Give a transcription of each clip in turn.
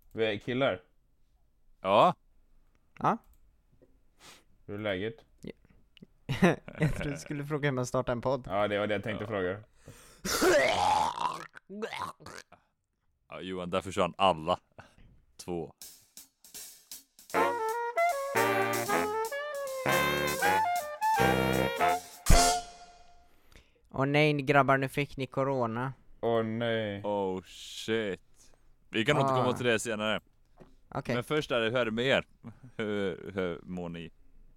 Vi är killar. Ja. Ja. Hur är läget? Jag tror du skulle fråga hur man startar en podd. Ja, det var det jag tänkte fråga. Ja, Johan, där försvann alla 2. Åh nej grabbar, nu fick ni corona. Åh nej. Oh shit. Vi kan återkomma till det senare. Okej. Men först hur är det med er? Hur mår ni?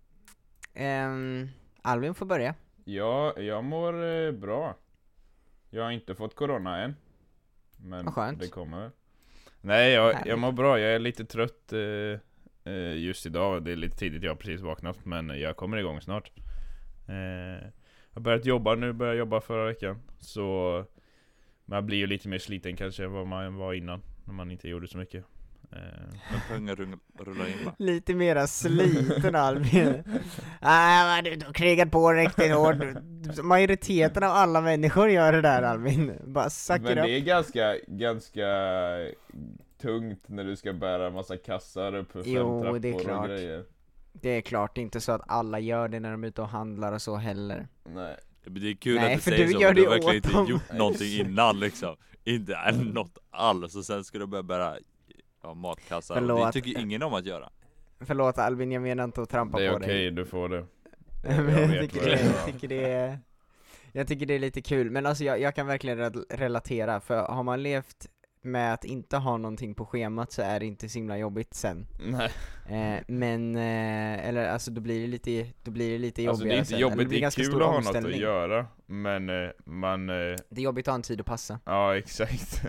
Alvin får börja. Ja, jag mår bra. Jag har inte fått corona än. Men Vad skönt. det kommer. Nej, jag Härligt. mår bra. Jag är lite trött just idag. Det är lite tidigt, jag har precis vaknat. Men jag kommer igång snart. Jag har börjat jobba nu, började jobba förra veckan. Så man blir ju lite mer sliten kanske än vad man var innan. När man inte gjorde så mycket. Men pengar rullar in, va? Lite mera sliten Alvin. Nej, du har krigat på riktigt hårt. Majoriteten av alla människor gör det där Alvin. Bara suck Men it det up. är ganska tungt när du ska bära en massa kassar upp för 5 Jo, trappor det är klart. och grejer. Det är klart inte så att alla gör det när de är ute och handlar och så heller. Nej. Det är kul Nej, att du för säger du så, gör men du det har verkligen åt inte dem. gjort någonting innan liksom. Inte något alls, och sen ska du börja bära matkassar. Och det Förlåt. tycker ingen om att göra. Förlåt Alvin, jag menar inte att trampa Det är på okej, dig. du får det. Men Jag jag vet tycker vad det är. jag tycker det är lite kul. Men alltså jag kan verkligen relatera. För har man levt med att inte ha någonting på schemat så är det inte så himla jobbigt sen. Nej. Eller alltså då blir det lite jobbigare Alltså det är inte sen. Eller jobbigt, blir det är ganska kul stor att ha något att omställning. göra. Men man... Det är jobbigt att ha en tid att passa. Ja, exakt.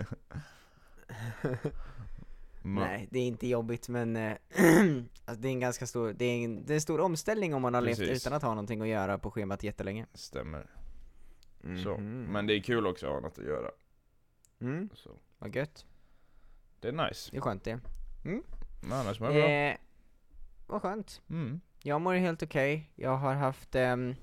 Nej, det är inte jobbigt, men alltså det är en ganska stor, det är en stor omställning om man har levt Precis. utan att ha någonting att göra på schemat jättelänge. Stämmer. Så. Mhm. Men det är kul också att ha något att göra. Så. Vad gött. Det är nice. Det är skönt det. Men annars mår jag bra. Vad skönt. Mm. Jag mår helt okej. Jag har haft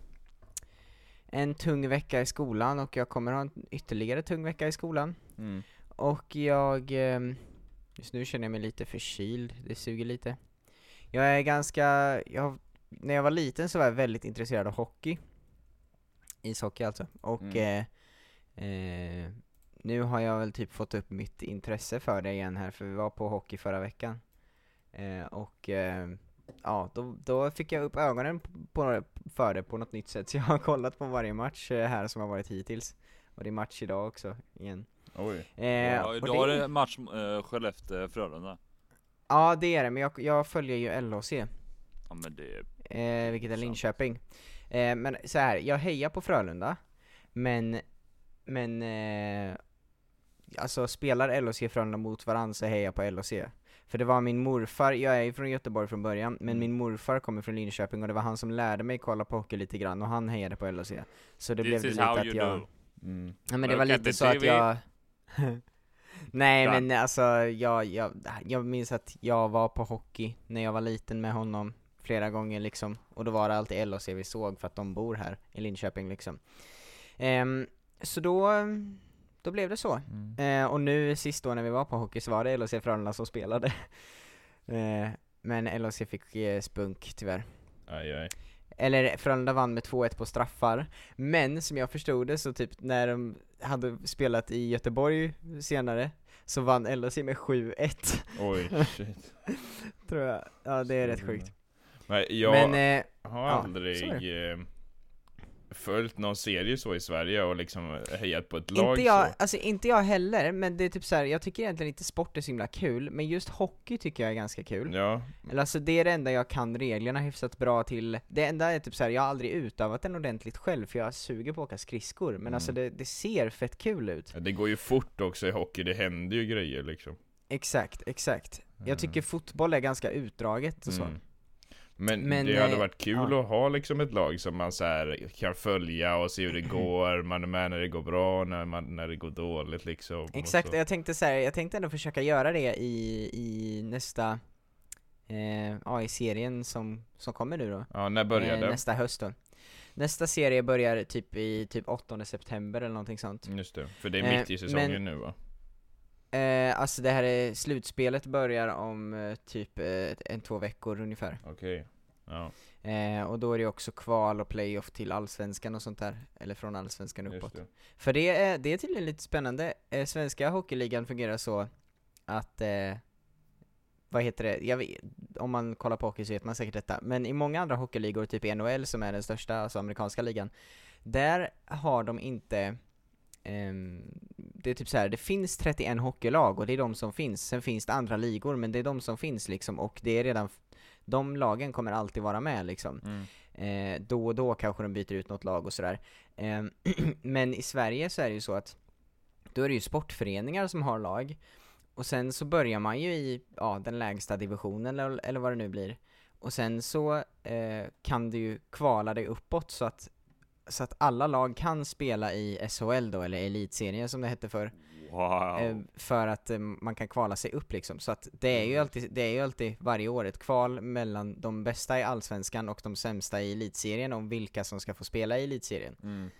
en tung vecka i skolan och jag kommer ha en ytterligare tung vecka i skolan. Mm. Och jag just nu känner jag mig lite förkyld. Det suger lite. Jag är när jag var liten så var jag väldigt intresserad av hockey. Ishockey alltså. Och nu har jag väl typ fått upp mitt intresse för det igen här. För vi var på hockey förra veckan. Ja, då fick jag upp ögonen för det på något nytt sätt. Så jag har kollat på varje match här som har varit hittills. Och det är match idag också igen. Oj. Ja, och idag är det match Skellefteå-Frölunda. Ja, det är det, men jag följer ju LHC, Ja, men det vilket är sant. Linköping. Men så här, jag hejar på Frölunda, men alltså spelar LHC Frölunda mot varandra så hejar jag på LHC. För det var min morfar, jag är ju från Göteborg från början, men min morfar kommer från Linköping och det var han som lärde mig kolla på hockey lite grann och han hejade på LHC. Så det blev det This is lite how att you jag... do. Mm. Ja, men det var Look at lite the så att TV. jag... Nej, Done. men alltså jag minns att jag var på hockey när jag var liten med honom flera gånger liksom. Och då var det alltid LHC vi såg för att de bor här i Linköping liksom. Så då blev det så. Och nu sist då när vi var på hockey så var det LHC Frölunda som spelade. Men LHC fick spunk tyvärr. Aj. Eller Frölunda vann med 2-1 på straffar. Men som jag förstod det så typ när de hade spelat i Göteborg senare så vann LHC med 7-1. Oj, shit. Tror jag. Ja, det är rätt sjukt. Nej, jag Men har ja, aldrig följt någon serie så i Sverige och liksom hejat på ett lag inte jag heller, men det är typ så här, jag tycker egentligen inte sport är så himla kul, men just hockey tycker jag är ganska kul. Ja. Eller alltså det är det enda jag kan reglerna hyfsat bra till. Det enda är typ så här, jag har aldrig utövat den ordentligt själv för jag suger på att åka skridskor, men alltså det ser fett kul ut. Det går ju fort också i hockey, det händer ju grejer liksom. Exakt. Jag tycker fotboll är ganska utdraget och så. Men det hade varit kul att ha liksom ett lag som man så här kan följa och se hur det går. Man är med när det går bra, när det går dåligt liksom. Exakt, jag tänkte ändå försöka göra det i nästa i serien som kommer nu då. Ja, när börjar det? Nästa höst då. Nästa serie börjar typ i 8 september eller någonting sånt. Just det, för det är mitt i säsongen nu va? Alltså det här är slutspelet börjar om typ 2 veckor ungefär. Okej. Ja, Och då är det också kval och playoff till allsvenskan och sånt där. Eller från allsvenskan just uppåt. det. För det är tydligen lite spännande. Svenska hockeyligan fungerar så att vad heter det? Om man kollar på hockey så vet man säkert detta. Men i många andra hockeyligor, typ i NHL som är den största, alltså amerikanska ligan, där har de inte det är typ så här, det finns 31 hockeylag och det är de som finns. Sen finns det andra ligor, men det är de som finns liksom, och det är redan de lagen kommer alltid vara med liksom. Då och då kanske de byter ut något lag och sådär. Men i Sverige så är det ju så att då är det ju sportföreningar som har lag. Och sen så börjar man ju i den lägsta divisionen eller vad det nu blir. Och sen så kan du ju kvala dig uppåt så att alla lag kan spela i SHL då, eller elitserien som det hette för. Wow. För att man kan kvala sig upp liksom. Så att det är ju alltid varje år ett kval mellan de bästa i allsvenskan och de sämsta i elitserien om vilka som ska få spela i elitserien.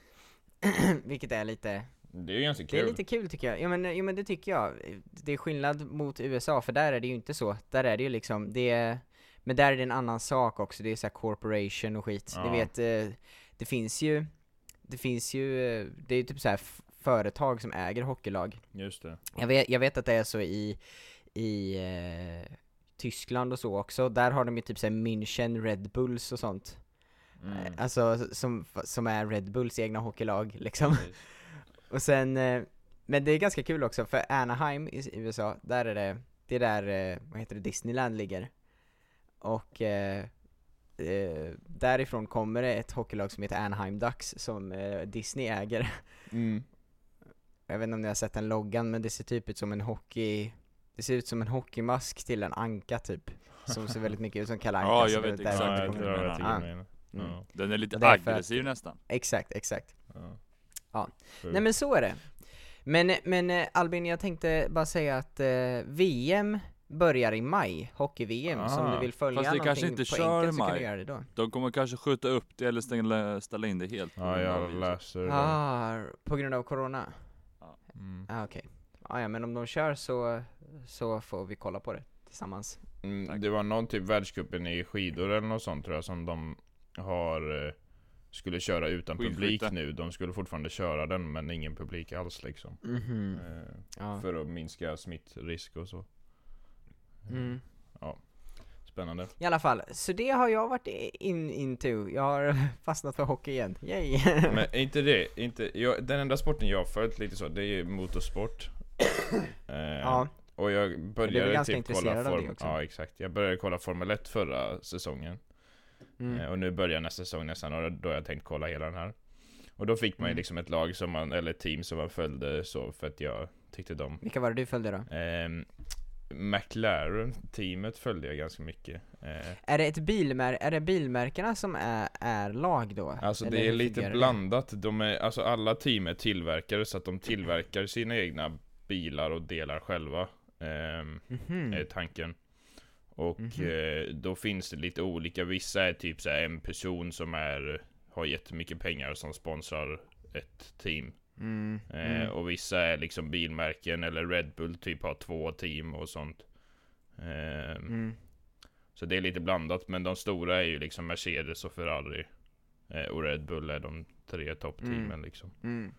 Vilket är lite... Det är ju ganska kul. Det är lite kul tycker jag. Jo men det tycker jag. Det är skillnad mot USA, för där är det ju inte så. Där är det ju liksom, men där är det en annan sak också. Det är så här corporation och skit. Ja. Ni vet, det finns ju, det är ju typ så här företag som äger hockeylag. Just det. Jag vet att det är så i Tyskland och så också. Där har de ju typ så här München Red Bulls och sånt. Alltså som är Red Bulls egna hockeylag liksom. Och sen, men det är ganska kul också, för Anaheim i USA, där är det där, vad heter det, Disneyland ligger. Och därifrån kommer det ett hockeylag som heter Anaheim Ducks som Disney äger. Jag vet inte om ni har sett den loggan, men det ser typ ut som en hockeymask till en anka typ. Som ser väldigt mycket ut som Kalle Anka. Ja, så jag vet det där exakt det vad kommer. du menar. Ja. Den är lite Det är för aggressiv nästan. Exakt. Ja. Sjukt. Nej men så är det. Men Albin, jag tänkte bara säga att VM börjar i maj, hockey-VM, så om du vill följa Fast det kanske någonting inte på kör enkelt i så kan maj. du göra det då. De kommer kanske skjuta upp det eller ställa in det helt. Ja, jag läser det. På grund av corona? Okej. Ja, men om de kör så får vi kolla på det tillsammans. Det var någon typ världscupen i skidor eller något sånt tror jag, som de skulle köra utan publik nu. De skulle fortfarande köra den, men ingen publik alls liksom. För att minska smittrisk och så. Ja, spännande. I alla fall, så det har jag varit into. Jag har fastnat för hockey igen. Yay! Men den enda sporten jag har följt lite så, det är ju motorsport. Ja. Och jag Du är väl började ganska typ intresserad av det också? Ja, exakt. Jag började kolla Formel 1 förra säsongen. Och nu börjar nästa säsong nästan, och då har jag tänkt kolla hela den här. Och då fick man ju liksom ett lag eller ett team som man följde så, för att jag tyckte de... Vilka var det du följde då? McLaren-teamet följde jag ganska mycket. Är det bilmärkena som är lag då? Alltså eller det är hur lite fungerar det? blandat. Alltså alla team är tillverkare, så att de tillverkar sina egna bilar och delar själva. Är tanken. Och då finns det lite olika. Vissa är typ så här en person som har jättemycket pengar som sponsrar ett team. Och vissa är liksom bilmärken, eller Red Bull typ har 2 team och sånt. Så det är lite blandat, men de stora är ju liksom Mercedes och Ferrari. Och Red Bull är de 3 toppteamen liksom.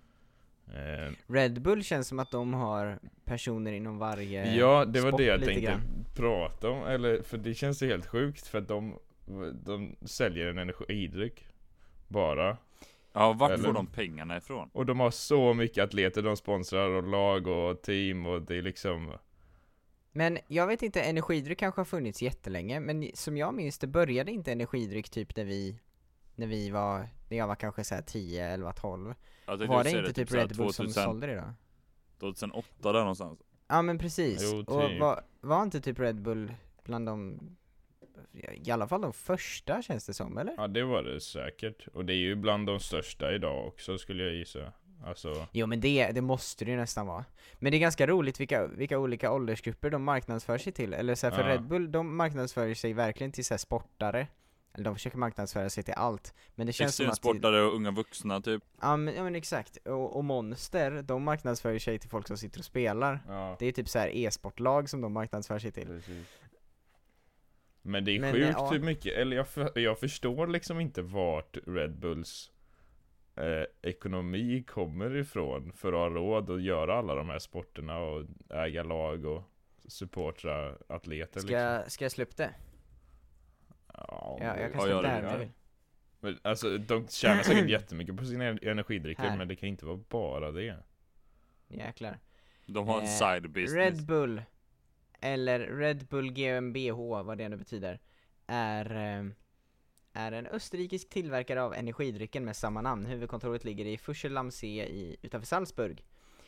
Red Bull känns som att de har personer inom varje Ja, det var sport det jag lite tänkte grann. prata om. Eller, för det känns ju helt sjukt, för att de säljer en energidryck bara. Ja, vart får de pengarna ifrån? Och de har så mycket atleter de sponsrar, och lag och team, och det är liksom... Men jag vet inte, energidryck kanske har funnits jättelänge, men som jag minns det började inte energidryck typ när jag var kanske så här 10, 11, 12. Var det inte typ Red Bull som sålde det då? 2008 där någonstans. Ja men precis. Jo, och typ. var inte typ Red Bull bland de, i alla fall de första, känns det som, eller? Ja, det var det säkert. Och det är ju bland de största idag också, skulle jag gissa. Alltså... Jo men det måste det ju nästan vara. Men det är ganska roligt vilka olika åldersgrupper de marknadsför sig till. Eller så här, för Red Bull, de marknadsför sig verkligen till så här sportare. eller de försöker marknadsföra sig till allt, men det känns som att Extremsportare och unga vuxna typ. ja men exakt, och Monster, de marknadsför sig till folk som sitter och spelar. Ja, Det är typ så här e-sportlag som de marknadsför sig till. precis. Men det är Men, sjukt ja. hur mycket, eller jag förstår liksom inte vart Red Bulls ekonomi kommer ifrån för att ha råd att göra alla de här sporterna och äga lag och supportra atleter Ska jag slå upp det? Ja, Jag kan Ja, slå upp gör det här det. om du vill. Men, alltså de tjänar säkert jättemycket på sina energidrycker, Här. men det kan inte vara bara det. Jäklar. De har en side business. Red Bull, eller Red Bull GmbH, vad det nu betyder, är en österrikisk tillverkare av energidrycken med samma namn. Huvudkontoret ligger i Fuschel am See utanför Salzburg.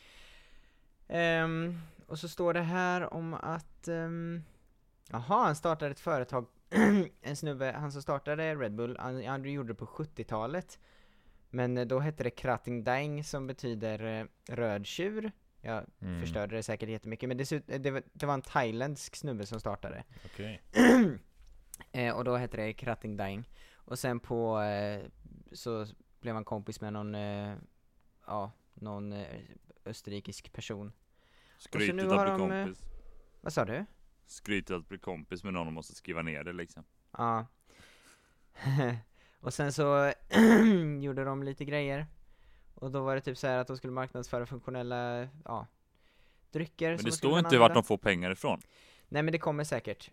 Och så står det här om att han startade ett företag en snubbe, han som startade Red Bull, han gjorde det på 70-talet. Men då hette det Krating Daeng, som betyder röd tjur. Jag förstörde det säkert jättemycket, men det var en thailändsk snubbe som startade. Okej. Och då hette det Krating Daeng. Och sen så blev han kompis med någon österrikisk person. Skrytigt nu att har bli de, kompis. Vad sa du? Skrytigt att bli kompis med någon och måste skriva ner det liksom. Ja. Och sen så gjorde de lite grejer. Och då var det typ så här att de skulle marknadsföra funktionella drycker. Men som det de skulle står kunna inte vart använda. de får pengar ifrån. Nej, men det kommer säkert.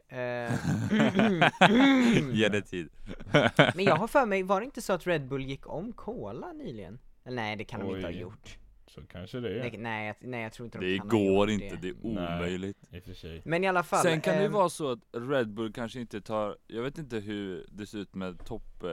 Ge det tid. Men jag har för mig, var det inte så att Red Bull gick om Cola nyligen? Eller, nej, det kan de inte ha Oj. gjort. Så kanske det är. Nej, jag tror inte de Det kan ha går gjort inte, det är Nej. omöjligt. I och för sig. Men i alla fall. Sen kan det ju vara så att Red Bull kanske inte tar, jag vet inte hur det ser ut med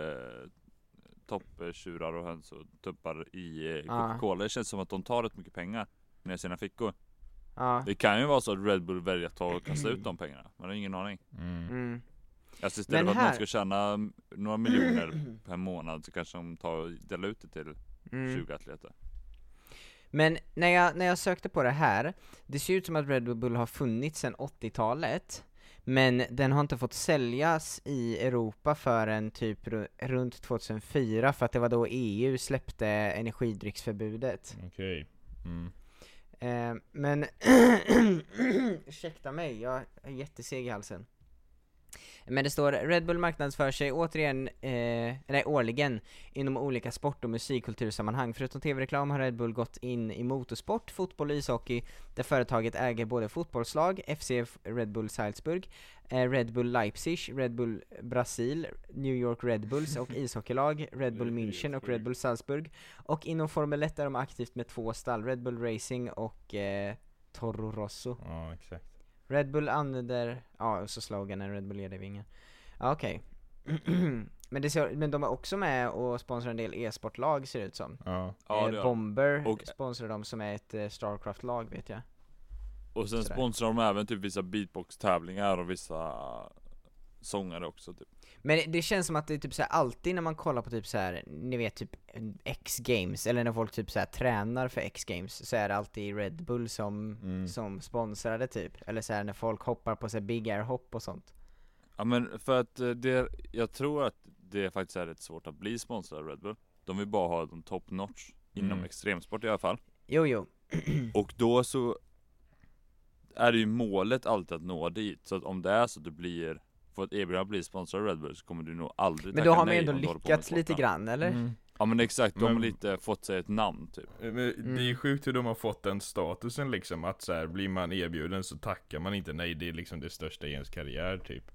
topptjurar och höns och tuppar i Coca-Cola. Det känns som att de tar rätt mycket pengar ner i sina fickor. Ja. Det kan ju vara så att Red Bull väljer att ta och kasta ut de pengarna. Man har ingen aning. Mm. Alltså istället Men för att här- någon ska tjäna några miljoner per månad så kanske de tar och delar ut det till 20 atleter. Men när jag sökte på det här, det ser ut som att Red Bull har funnits sedan 80-talet, men den har inte fått säljas i Europa förrän typ runt 2004, för att det var då EU släppte energidrycksförbudet. Okej. Mm. Men ursäkta mig, jag är jätteseg i halsen. Men det står Red Bull marknadsför sig återigen, årligen inom olika sport- och musikkultursammanhang. Förutom tv-reklam har Red Bull gått in i motorsport, fotboll och ishockey, där företaget äger både fotbollslag, FCF Red Bull Salzburg, Red Bull Leipzig, Red Bull Brasil, New York Red Bulls och ishockeylag, Red Bull München och Red Bull Salzburg. Och inom Formel 1 är de aktivt med 2 stall, Red Bull Racing och Toro Rosso. Ja, exakt. Red Bull använder, och så sloganen Red Bull leder vingen. Ja, okej. Men de är också med och sponsrar en del e-sportlag, ser det ut som. Ja. Ja, det gör de. Bomber Och- sponsrar de, som är ett Starcraft-lag, vet jag. Och sen Sådär. sponsrar de även typ vissa beatbox-tävlingar och vissa sångare också typ. Men det känns som att det är typ så här, alltid när man kollar på typ så här, ni vet typ X-Games, eller när folk typ så här tränar för X-Games, så är det alltid Red Bull som sponsrar det typ. Eller så här när folk hoppar på så här big air hopp och sånt. Ja men för att jag tror att det faktiskt är rätt svårt att bli sponsrad av Red Bull. De vill bara ha de top notch inom extremsport i alla fall. Jo. Och då så är det ju målet alltid att nå dit. Så att om det är så att du får ett erbjudande att bli sponsrad av Red Bull, så kommer du nog aldrig Men då har man nej ändå om du håller på med lyckats sport, lite va? grann, eller? Ja men exakt, de har Men- lite fått sig ett namn typ. Men det är ju sjukt hur de har fått den statusen liksom, att så här, blir man erbjuden så tackar man inte nej, det är liksom det största i ens karriär typ.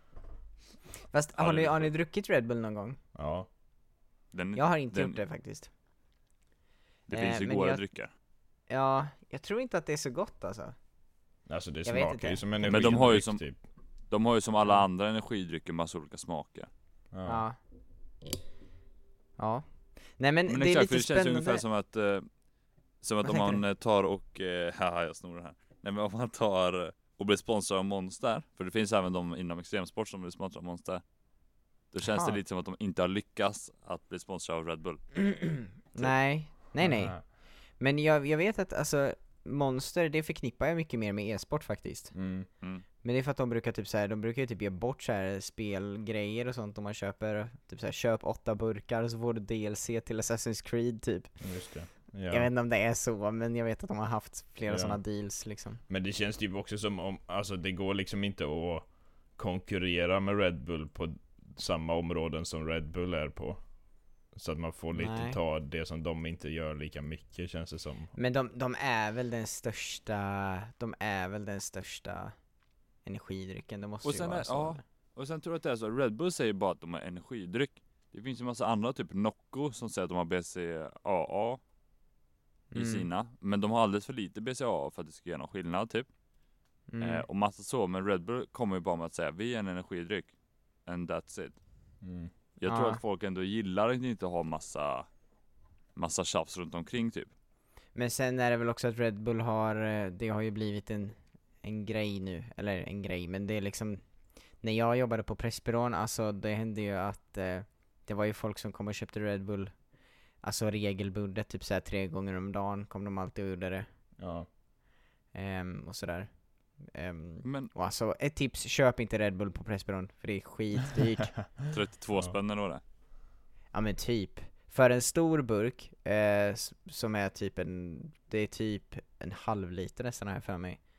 Fast Ja, har ni druckit Red Bull någon gång? Ja. Jag har inte gjort det faktiskt. Det finns ju men goda jag- drycker. Ja, jag tror inte att det är så gott alltså. Alltså det Jag vet smakar inte. ju som Men energi. de har ju som- typ. De har ju som alla andra energidrycker massa olika smaker. Ja. Ja. Nej, men Men det är exakt, för lite det känns ju spännande. ungefär som att Vad om tänker man tar och, haha jag snor det här. Nej men om man tar och blir sponsrad av Monster, för det finns även de inom extremsport som blir sponsrade av Monster. Då känns Aha. det lite som att de inte har lyckats att bli sponsrade av Red Bull. Nej. Aha. Men jag vet att alltså Monster, det förknippar jag mycket mer med e-sport faktiskt. Mm. Men det är för att de brukar typ så här, de brukar ju typ ge bort så här spelgrejer och sånt om man köper typ så här, köp 8 burkar och så får du DLC till Assassin's Creed typ. Just det. Ja. Jag vet inte om det är så, men jag vet att de har haft flera Ja. sådana deals liksom. Men det känns typ också som om, alltså det går liksom inte att konkurrera med Red Bull på samma områden som Red Bull är på. Så att man får lite Nej. ta det som de inte gör lika mycket, känns det som. Men de är väl den största energidrycken, det måste Och ju sen vara är- så. ja. eller? Och sen tror jag att det är så, Red Bull säger bara att de har energidryck. Det finns ju massa andra, typ Nocco, som säger att de har BCAA i sina. Men de har alldeles för lite BCAA för att det ska göra någon skillnad typ. Mm. Och massa så, men Red Bull kommer ju bara med att säga vi är en energidryck. And that's it. Mm. Jag tror Ja. att folk ändå gillar att inte ha massa tjafs runt omkring typ. Men sen är det väl också att Red Bull har, det har ju blivit en grej nu, eller en grej, men det är liksom, när jag jobbade på Pressbyrån, alltså det hände ju att det var ju folk som kom och köpte Red Bull, alltså regelbundet, typ såhär 3 gånger om dagen kom de alltid och gjorde det, Ja. och sådär. Men Och alltså, ett tips, köp inte Red Bull på Pressbyrån, för det är skitdyrt. 32 Ja. spänn eller vad det är. Ja men typ. För en stor burk, som är typ det är typ en halv liter nästan här för mig.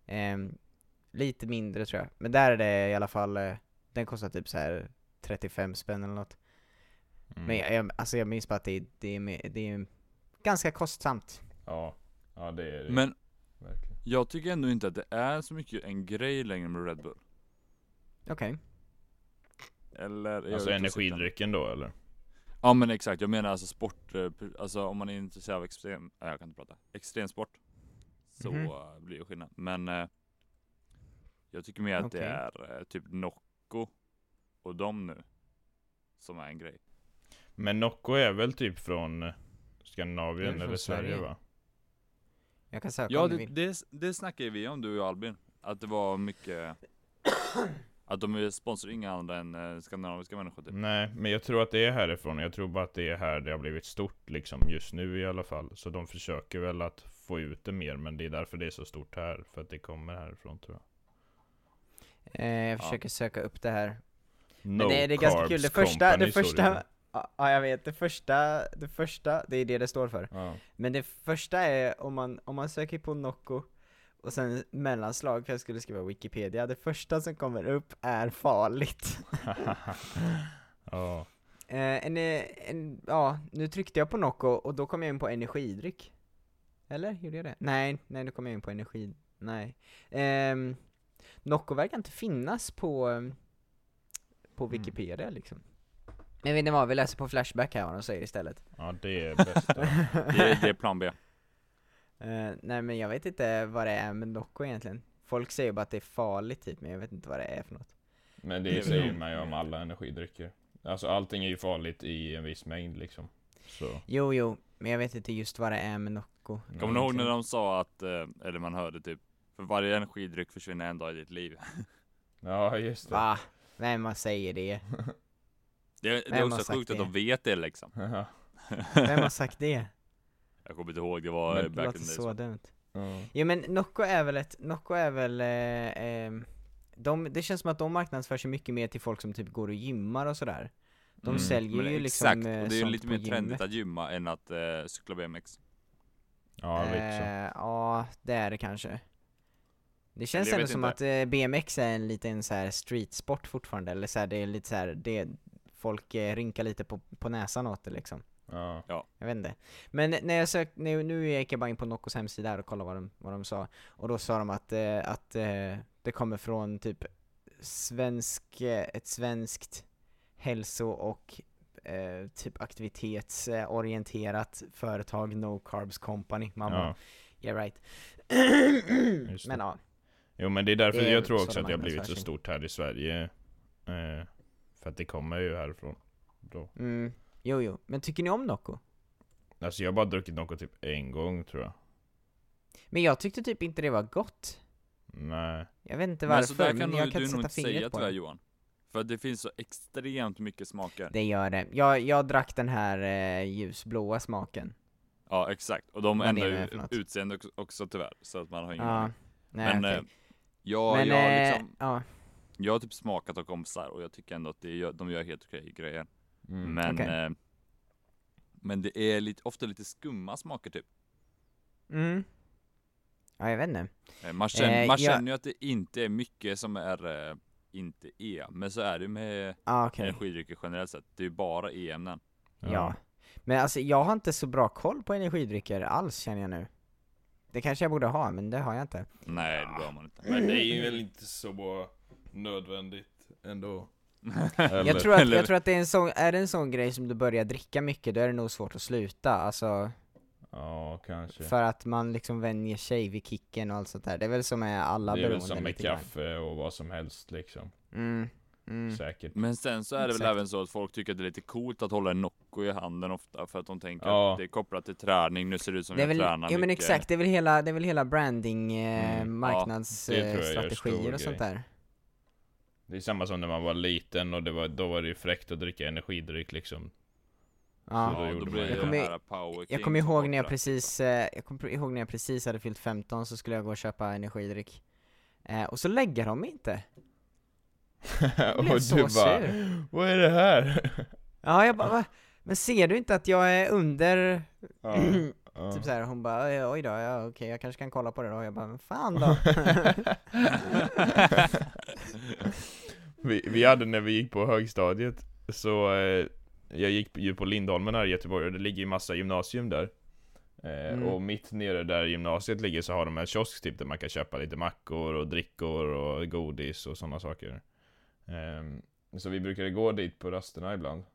Lite mindre tror jag. Men där är det i alla fall, den kostar typ så här 35 spänn eller något. Mm. Men jag minns bara att det är ganska kostsamt. Ja. Ja, det är det. Men Verkligen. jag tycker ändå inte att det är så mycket en grej längre med Red Bull. Okej. Eller är jag Alltså ute och cyklar? energidrycken då, eller? Ja men exakt, jag menar alltså sport, alltså om man är intresserad av jag kan inte prata, extremsport. Så Mhm. blir det skillnad. Men jag tycker mer att Okej. det är typ Nocco och de nu som är en grej. Men Nocco är väl typ från Skandinavien Det är från eller Sverige, Sverige. va? Jag kan söka Ja om du vill. det snackade vi om, du och Albin. Att det var mycket att de sponsrar inga andra än skandinaviska människor typ. Nej, men jag tror att det är härifrån. Jag tror bara att det är här det har blivit stort liksom, just nu i alla fall. Så de försöker väl att få ut det mer, men det är därför det är så stort här. För att det kommer härifrån, tror jag. Jag försöker söka upp det här. No Men det är ganska kul. Carbs Det första, Company, står det. ja jag vet, det första, det är det står för. Ja. Men det första är, om man söker på Nocco och sen mellanslag, för jag skulle skriva Wikipedia, det första som kommer upp är farligt. Ja. Ja, nu tryckte jag på Nocco och då kom jag in på energidryck. Eller, gjorde jag det? Nej, nu kom jag in på energi, nej. Nocco verkar inte finnas på Wikipedia liksom. Men jag vet inte vad, vi läser på Flashback här vad de säger istället. Ja, det är bäst. Det är plan B. Nej men jag vet inte vad det är med Nocco egentligen. Folk säger bara att det är farligt typ, men jag vet inte vad det är för något. Men Det det är säger väl- man ju om alla energidrycker. Alltså allting är ju farligt i en viss mängd liksom. Så. Jo, men jag vet inte just vad det är med Nocco. Kommer du ihåg när de sa att, eller man hörde typ, för varje energidryck försvinner en dag i ditt liv. Ja, just det. Va? Vem säger det? Det är Vem har också sagt sjukt att det? de vet det liksom. Ja. Vem har sagt det? Jag kommer inte ihåg, det var Men Det back låter in the days. så dumt. Ja. Jo men Nocco är väl det känns som att de marknadsför sig mycket mer till folk som typ går och gymmar och sådär. De Mm, säljer Men ju liksom exakt, och det är ju sånt lite på mer trendigt gymmet. att gymma än att cykla BMX. Ja, lite så. Ja, det är det kanske. Det känns jag ändå vet som inte. att BMX är en liten så här streetsport fortfarande, eller så här, det är lite så här, folk rynkar lite på näsan åt det liksom. Ja. Jag vet inte. Men när jag nu gick jag bara in på Noccos hemsida här och kollade vad de sa. Och då sa de att det kommer från typ ett svenskt hälso- och typ aktivitetsorienterat företag, No Carbs Company. Man bara, Ja. yeah right. Just det. Men ja. Jo, men det är därför Det är jag tror så också de att det har blivit så marknadsför sig. stort här i Sverige. För att det kommer ju härifrån då. Jo. Men tycker ni om Nocco? Alltså jag har bara druckit något typ en gång, tror jag. Men jag tyckte typ inte det var gott. Nej. Jag vet inte Men alltså varför, där men kan jag kan du inte nog sätta inte säga fingret på tyvärr det. Johan. För att det finns så extremt mycket smaker. Det gör det. Jag drack den här ljusblåa smaken. Ja, exakt. Och de Vad ändrar det är ju för något. utseende också tyvärr. Så att man har ingen Ja, aning. nej Men okej. jag, Men, jag, liksom, ja, jag har typ smakat av kompisar och jag tycker ändå att de gör helt okej grejer. Mm. Men, Okej. men det är ofta lite skumma smaker typ. mm. Ja, jag vet inte. Man känner ju att det inte är mycket som är inte E. Men så är det med Ja, okej. energidrycker generellt sett. Det är ju bara E-ämnen. Ja. Men alltså jag har inte så bra koll på energidrycker alls, känner jag nu. Det kanske jag borde ha, men det har jag inte. Nej, det bör man inte. Men det är ju väl inte så nödvändigt ändå. Jag tror att det är en sån grej som du börjar dricka mycket, då är det nog svårt att sluta. Alltså, Ja, kanske. för att man liksom vänjer sig vid kicken och allt sånt där. Det är väl som med alla Det är väl beroenden som med lite grann. kaffe och vad som helst liksom. Säkert. Men sen så är det väl Exakt. även så att folk tycker att det är lite coolt att hålla en Nocco i handen ofta. För att de tänker Ja. att det är kopplat till träning. Nu ser det ut som Det är jag väl, tränar ja men mycket. exakt, det är väl hela branding, det tror jag gör marknadsstrategier stor och sånt grej. där. Det är samma som när man var liten och då var det ju fräckt att dricka energidryck liksom. Ja. Så då Ja, gjorde då man blir ju det Jag kommer- den här Power Jag King kommer som ihåg var när jag där. precis hade fyllt 15, så skulle jag gå och köpa energidryck. Och så lägger de inte. Och blev du så bara, sur. vad är det här? Ja, jag bara, va? Men ser du inte att jag är under, Ja, ja. typ såhär, hon bara, oj då, ja okej, jag kanske kan kolla på det då. Jag bara, men fan då. vi hade när vi gick på högstadiet, så jag gick ju på Lindholmen här i Göteborg och det ligger ju massa gymnasium där. Och mitt nere där gymnasiet ligger så har de en kiosk typ där man kan köpa lite mackor och drickor och godis och sådana saker. Så vi brukade gå dit på rasterna ibland.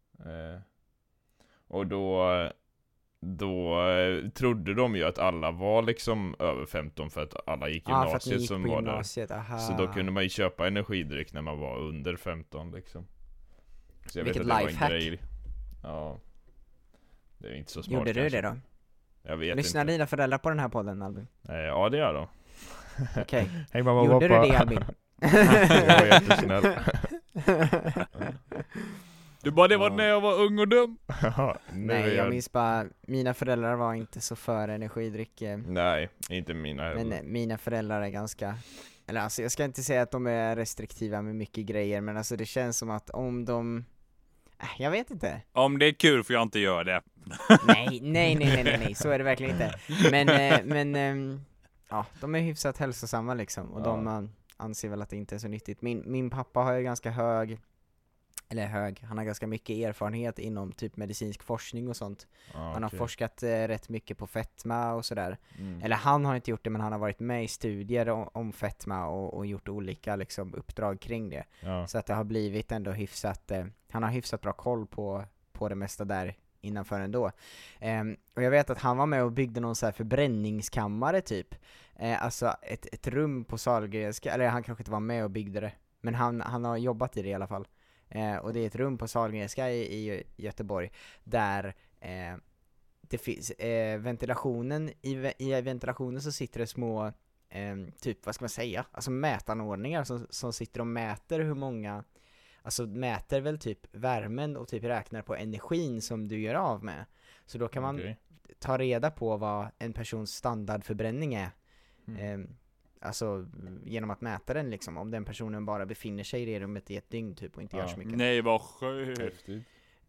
Och då trodde de ju att alla var liksom över 15 för att alla gick Ja, för att ni gymnasiet gick som på var gymnasiet, aha. där. Så då kunde man ju köpa energidryck när man var under 15 liksom. Så jag Vilket vet att det lifehack. var en grej. Ja. Det är inte så smart. Gjorde du kanske. det då? Jag vet Lyssnar inte. dina föräldrar på den här podden, Albin? Ja, det gör de. Okej. Hej mamma och Gjorde pappa. du det, Albin? Jag var jättesnäll. Du bara, det var Ja. när jag var ung och dum. Ja, nu Nej, är jag minns bara, mina föräldrar var inte så för energidryck. Nej, inte mina heller. Men mina föräldrar är ganska, eller alltså jag ska inte säga att de är restriktiva med mycket grejer, men alltså det känns som att om de, jag vet inte. Om det är kul får jag inte göra det. Nej, så är det verkligen inte. Men ja, de är hyfsat hälsosamma liksom, och de anser väl att det inte är så nyttigt. Min pappa har ju ganska han har ganska mycket erfarenhet inom typ medicinsk forskning och sånt. Han har forskat rätt mycket på fetma och sådär. Eller han har inte gjort det, men han har varit med i studier om fetma och gjort olika liksom uppdrag kring det. Ja. Så att det har blivit ändå hyfsat, han har hyfsat bra koll på det mesta där innanför ändå. Och jag vet att han var med och byggde någon så här förbränningskammare typ. Alltså ett rum på Sahlgrenska, eller han kanske inte var med och byggde det, men han har jobbat i det i alla fall. Och det är ett rum på Sahlgrenska i Göteborg där det finns ventilationen, i ventilationen så sitter det små typ, vad ska man säga, alltså mätanordningar som sitter och mäter hur många, alltså mäter väl typ värmen och typ räknar på energin som du gör av med. Så då kan man ta reda på vad en persons standardförbränning är. Alltså genom att mäta den liksom, om den personen bara befinner sig i det rummet i ett dygn typ och inte gör så mycket. Nej, vad skönt. Häftigt.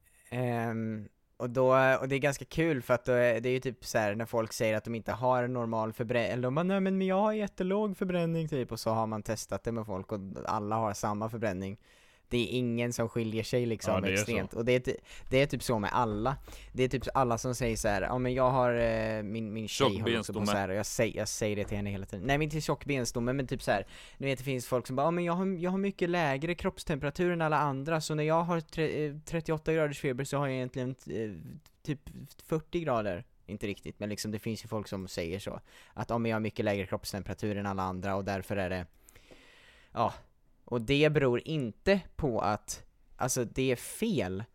Och det är ganska kul för att det är ju typ så här när folk säger att de inte har en normal förbränning, eller de bara, nej men jag har jättelåg förbränning typ, och så har man testat det med folk och alla har samma förbränning. Det är ingen som skiljer sig liksom, det är extremt. så. Och det är typ så med alla. Det är typ alla som säger så här, ja men jag har min tjej håller också på så här, och jag säger det till henne hela tiden. Nej, men inte tjock benstomme, men typ så här, ni vet det finns folk som bara, ja men jag har mycket lägre kroppstemperatur än alla andra, så när jag har 38 graders feber så har jag egentligen typ 40 grader. Inte riktigt, men liksom det finns ju folk som säger så, att om jag har mycket lägre kroppstemperatur än alla andra och därför är det, ja. Och det beror inte på att, alltså det är fel.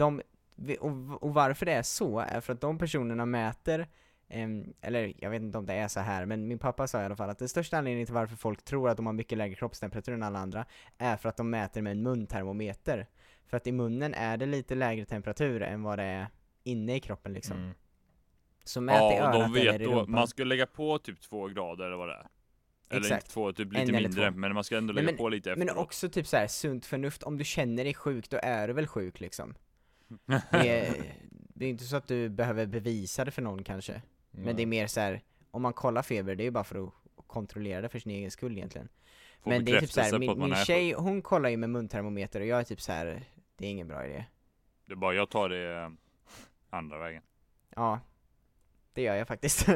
Och varför det är så är för att de personerna mäter, eller jag vet inte om det är så här, men min pappa sa i alla fall att den största anledningen till varför folk tror att de har mycket lägre kroppstemperatur än alla andra är för att de mäter med en muntermometer. För att i munnen är det lite lägre temperatur än vad det är inne i kroppen liksom. Så mät i Ja, och örat de eller vet i då, rumpan. man ska lägga på typ 2 grader eller vad det är. Eller Exakt. inte 2, typ En lite eller mindre, två. men man ska ändå Nej, lägga på lite Men efteråt. också typ så här sunt förnuft, om du känner dig sjuk, då är du väl sjuk liksom. Det är inte så att du behöver bevisa det för någon kanske. Men det är mer så här, om man kollar feber, det är ju bara för att kontrollera det för sin egen skull egentligen. Få Men det är typ så här, bekräftelse på att man min är tjej, hon kollar ju med muntermometer och jag är typ så här, det är ingen bra idé. Det är bara, jag tar det andra vägen. Ja, det gör jag faktiskt.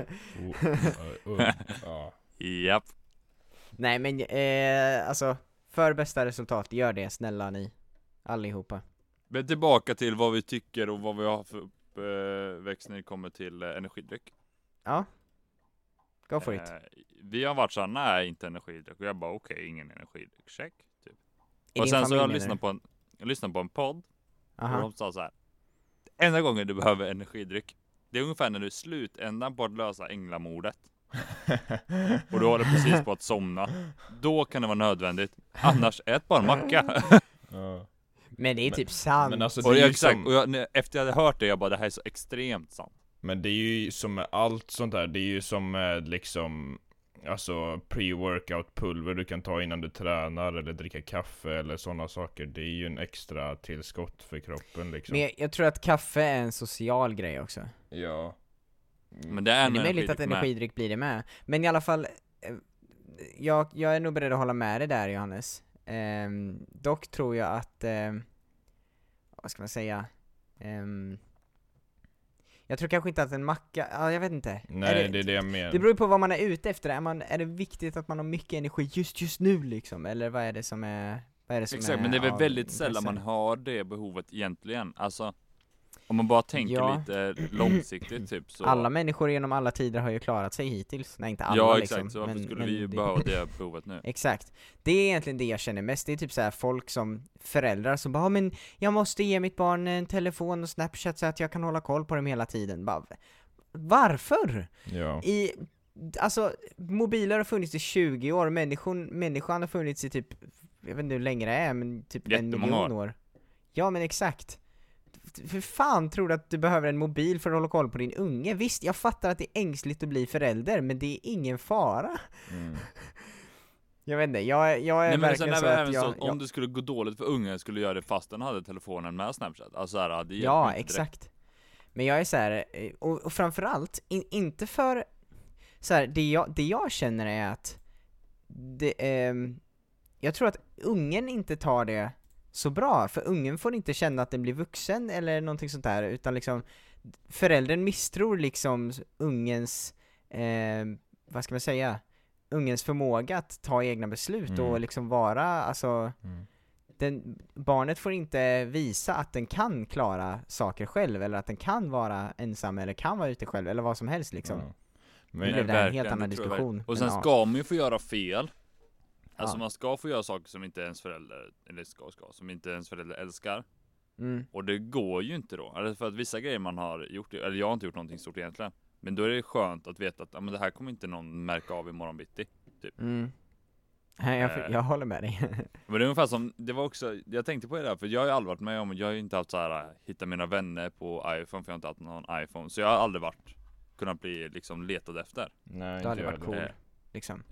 Ja. Japp. Nej men alltså, för bästa resultat, gör det snälla ni. Allihopa. Men tillbaka till vad vi tycker och vad vi har för uppväxt när det kommer till energidryck. Ja. Go for it. Vi har varit såhär, nej inte energidryck. Och jag bara okej, ingen energidryck, check typ. I Och din sen så familj, jag menar lyssnade på en podd. du? Och Aha. de sa så här: enda gången du behöver energidryck, det är ungefär när du är slutändan på att lösa änglamordet. Och du håller precis på att somna. Då kan det vara nödvändigt. Annars ät bara en macka. Ja. Men det är typ sant. Men alltså Och det är ju exakt, som, och efter jag hade hört det, jag bara, det här är så extremt sant. men det är ju som med allt sånt där, det är ju som med liksom, alltså pre-workout pulver du kan ta innan du tränar eller dricka kaffe eller sådana saker. Det är ju en extra tillskott för kroppen liksom. Men jag tror att kaffe är en social grej också. Ja. Men det är Men det är en möjligt att energidryck blir det med. Men i alla fall, jag är nog beredd att hålla med dig där, Johannes. Dock tror jag att, vad ska man säga? Jag tror kanske inte att en macka, ja jag vet inte. Nej, det är det jag menar. Det beror ju på vad man är ute efter. Är det viktigt att man har mycket energi just nu liksom? Eller vad är det som är, Exakt, men det är väl av väldigt sällan intresse? man har det behovet egentligen. Alltså, om man bara tänker Ja. lite långsiktigt typ så. Alla människor genom alla tider har ju klarat sig hittills. Nej, inte alla ja liksom. exakt, så varför skulle men vi ju det- behöva det behovet nu? Exakt. Det är egentligen det jag känner mest. Det är typ så här folk som föräldrar som bara, men jag måste ge mitt barn en telefon och Snapchat så att jag kan hålla koll på dem hela tiden. Bara, varför? Ja. Alltså, mobiler har funnits i 20 år. Människan har funnits i typ, jag vet inte hur länge det är, men typ 1 Jättemånga miljon år. Ja, men exakt. För fan tror du att du behöver en mobil för att hålla koll på din unge? Visst, jag fattar att det är ängsligt att bli förälder, men det är ingen fara. Mm. Jag vet inte, jag är Nej, men sen verkligen är så det att även jag, så, om det skulle gå dåligt för ungen skulle göra det fast den hade telefonen med Snapchat. Alltså såhär, det hjälper ja, inte direkt. exakt. Men jag är så här, och framförallt, inte för, så här, det jag känner är att, jag tror att ungen inte tar det så bra, för ungen får inte känna att den blir vuxen eller någonting sånt där, utan liksom, föräldern misstror liksom ungens, vad ska man säga, ungens förmåga att ta egna beslut och liksom vara, alltså, barnet får inte visa att den kan klara saker själv, eller att den kan vara ensam, eller kan vara ute själv, eller vad som helst liksom. Ja. Nu Men, blev det här en verkligen, helt annan det tror jag diskussion. Och men sen ja. ska man ju få göra fel. Alltså Ja. man ska få göra saker som inte ens förälder, eller som inte ens förälder älskar. Och det går ju inte då. Alltså för att vissa grejer man har gjort, eller jag har inte gjort någonting stort egentligen. Men då är det skönt att veta att ja, men det här kommer inte någon märka av imorgon bitti. Typ. Nej, jag håller med dig. Men det är ungefär som, det var också, jag tänkte på det där, för jag har ju aldrig varit med om, jag har ju inte haft så här hitta mina vänner på iPhone, för jag har inte haft någon iPhone. Så jag har aldrig kunnat bli liksom letad efter. nej, Det hade inte varit jag. cool, liksom.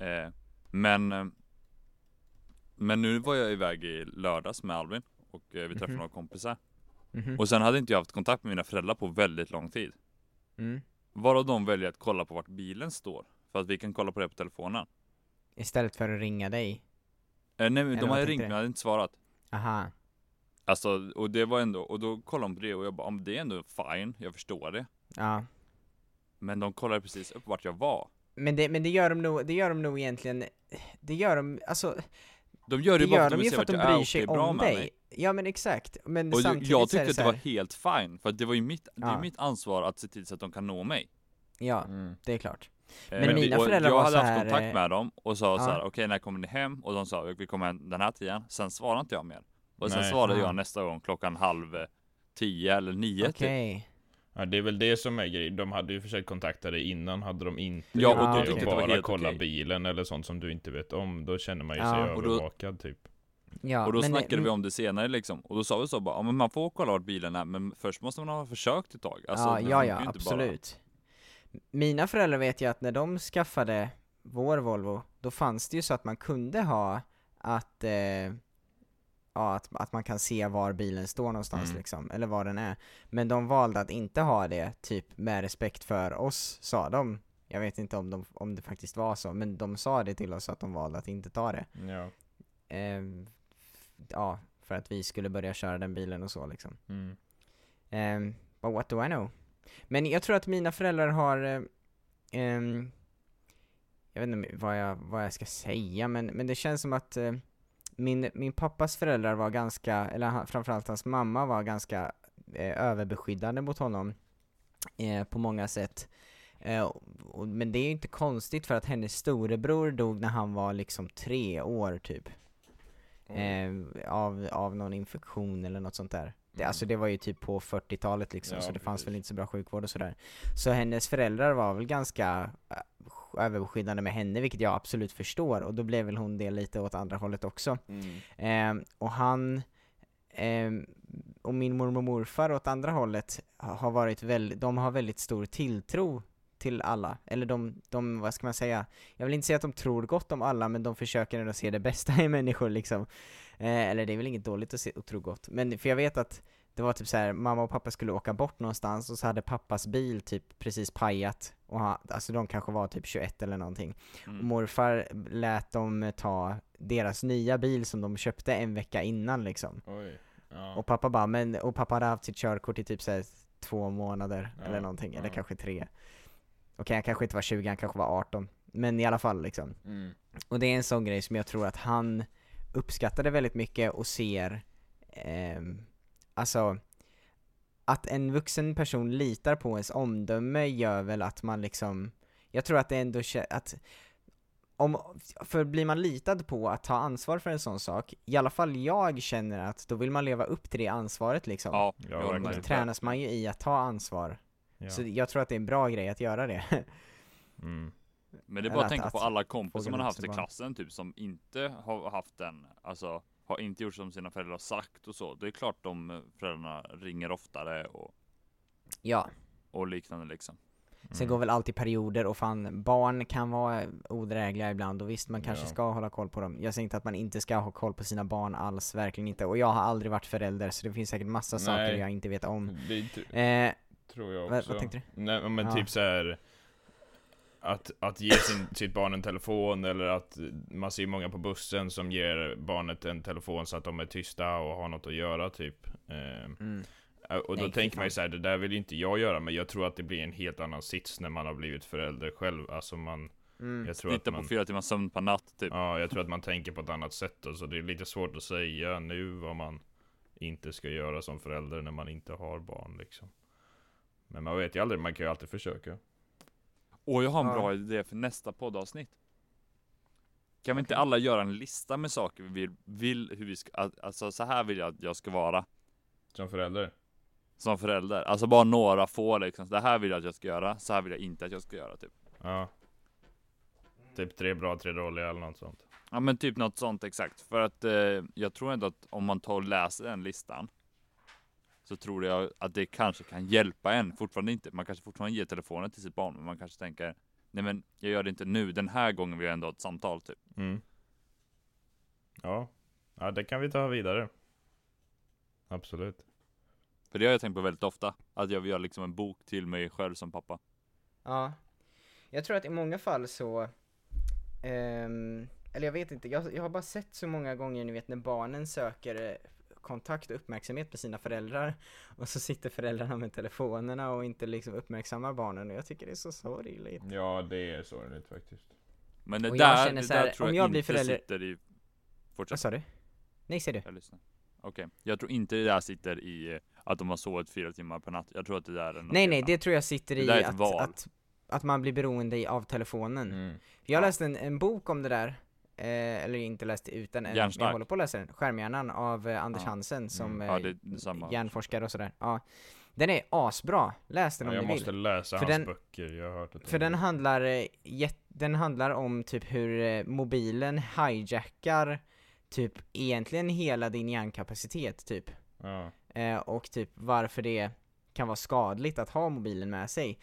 Men nu var jag iväg i lördags med Alvin och vi träffade några kompisar. Mhm. Och sen hade inte jag haft kontakt med mina föräldrar på väldigt lång tid. Varav de väljer att kolla på vart bilen står. För att vi kan kolla på det på telefonen. Istället för att ringa dig. Nej, men Eller de vad hade tänkte ringt du? men jag hade inte svarat. Aha. Alltså, och det var ändå, och då kollade de på det och jag bara, det är ändå fine, jag förstår det. Ja. Men de kollade precis upp vart jag var. Men det gör de nog egentligen, det gör de, alltså, De gör det det bara gör för att de de ju vill se för att vart de jag är bryr och det sig är bra om med dig. mig. Ja men exakt, men Och samtidigt jag så är tyckte att så det var här, helt fine, för att det var ju det är Ja. mitt ansvar att se till så att de kan nå mig. ja, det är klart. Men Men mina och föräldrar jag var hade så haft här, kontakt med dem och sa ja. så här: okej, när kommer ni hem? Och de sa, vi kommer hem den här tiden. Sen svarade inte jag mer. Och sen Nej. svarade Ah. jag nästa gång klockan 9:30 eller 9 typ. Okej. Ja, det är väl det som är grejen. De hade ju försökt kontakta dig innan, hade de inte Ja, och då gjort tyckte och jag det var bara helt kolla okej. bilen eller sånt som du inte vet om, då känner man ju Ja, sig och då- övervakad typ. Ja, Och då men, snackade vi om det senare liksom. Och då sa vi så bara, ja men man får kolla vart bilen är, men först måste man ha försökt ett tag. Alltså, ja, det ja, funkar ja, ju inte absolut. Mina föräldrar vet jag att när de skaffade vår Volvo, då fanns det ju så att man kunde ha att att man kan se var bilen står någonstans liksom, eller var den är. Men de valde att inte ha det, typ med respekt för oss, sa de. Jag vet inte om det faktiskt var så, men de sa det till oss att de valde att inte ta det. Ja. Ja, för att vi skulle börja köra den bilen och så liksom. But what do I know? Men jag tror att mina föräldrar har jag vet inte vad jag ska säga, men det känns som att min pappas föräldrar var ganska, eller framförallt hans mamma var ganska överbeskyddande mot honom på många sätt. Men det är ju inte konstigt, för att hennes storebror dog när han var liksom 3 år typ. Av någon infektion eller något sånt där. Alltså det var ju typ på 40-talet liksom, Ja, så det fanns precis. väl inte så bra sjukvård och sådär. Så hennes föräldrar var väl ganska överbeskyddande med henne, vilket jag absolut förstår. Och då blev väl hon det lite åt andra hållet också. Och han och min mormor och morfar åt andra hållet har varit de har väldigt stor tilltro till alla. Eller de, vad ska man säga? Jag vill inte säga att de tror gott om alla, men de försöker ändå se det bästa i människor liksom. Eller det är väl inget dåligt att tro gott. Men för jag vet att det var typ så här, mamma och pappa skulle åka bort någonstans, och så hade pappas bil typ precis pajat. Och alltså de kanske var typ 21 eller någonting. Och morfar lät dem ta deras nya bil som de köpte en vecka innan liksom. Oj. Ja. Och pappa bara, och pappa hade haft sitt körkort i typ så här 2 månader eller någonting, eller kanske 3. Okej, han kanske inte var 20, han kanske var 18. Men i alla fall liksom. Och det är en sån grej som jag tror att han uppskattade väldigt mycket och ser alltså att en vuxen person litar på ens omdöme gör väl att man liksom, jag tror att det ändå att för blir man litad på att ta ansvar för en sån sak, i alla fall jag känner att då vill man leva upp till det ansvaret liksom. Ja, verkligen. Och då tränas man ju i att ta ansvar. Ja. Så jag tror att det är en bra grej att göra det. Men det är bara att tänka att på alla kompisar fånga man har upp haft sig i bara. klassen typ, som inte har haft den, alltså har inte gjort som sina föräldrar har sagt och så. Det är klart de föräldrarna ringer oftare Ja. och liknande liksom. Sen går väl alltid perioder, och fan, barn kan vara odrägliga ibland, och visst man kanske ska hålla koll på dem. Jag säger inte att man inte ska ha koll på sina barn alls, verkligen inte. Och jag har aldrig varit förälder, så det finns säkert massa saker jag inte vet om. Det tror jag också. Vad tänkte du? Nej, men typ så här att ge sitt barn en telefon, eller att man ser många på bussen som ger barnet en telefon så att de är tysta och har något att göra typ. Och då tänker man ju så här, det där vill ju inte jag göra, men jag tror att det blir en helt annan sits när man har blivit förälder själv. Alltså jag tror Titta att man, på 4 timmar sömn per natt typ. ja, jag tror att man tänker på ett annat sätt då, så det är lite svårt att säga nu vad man inte ska göra som förälder när man inte har barn liksom. Men man vet ju aldrig, man kan ju alltid försöka. Och jag har en bra idé för nästa poddavsnitt. Kan vi inte alla göra en lista med saker vi vill hur vi ska, alltså så här vill jag att jag ska vara Som förälder? som förälder. Alltså bara några få liksom. Det här vill jag att jag ska göra, så här vill jag inte att jag ska göra typ. Ja. Typ 3 bra, 3 dåliga eller något sånt. Ja men typ något sånt exakt. För att jag tror ändå att om man tar och läser den listan, så tror jag att det kanske kan hjälpa en. Fortfarande inte, man kanske fortfarande ger telefonen till sitt barn, men man kanske tänker, nej men jag gör det inte nu, den här gången vill jag ändå ha ett samtal typ. Ja, det kan vi ta vidare. Absolut. För det har jag tänkt på väldigt ofta, att jag vill göra liksom en bok till mig själv som pappa. Ja. Jag tror att i många fall så eller jag vet inte, jag har bara sett så många gånger, ni vet, när barnen söker kontakt och uppmärksamhet med sina föräldrar, och så sitter föräldrarna med telefonerna och inte liksom uppmärksammar barnen, och jag tycker det är så sorgligt. Ja, det är sorgligt faktiskt. Men det Och jag där, känner det så här, där tror om jag jag blir inte förälder- sitter i... Vad Fortsätt, sa du? Nej, säger du? jag lyssnar. Okej, jag tror inte det där sitter i att de har sovit 4 timmar per natt. Jag tror att det där är något Nej, helt det tror jag sitter Det i där är ett val. att man blir beroende av telefonen. Jag läste en bok om det där, eller inte läst ut den än, jag Hjärnstark. håller på att läsa den, Skärmhjärnan av Anders Hansen, som Ja, det är samma. hjärnforskare och sådär. Ja. Den är asbra, läs den om Jag ni måste vill. läsa För hans den- böcker, jag har hört det. För den handlar om typ hur mobilen hijackar typ egentligen hela din hjärnkapacitet typ. Ja. Och typ varför det kan vara skadligt att ha mobilen med sig.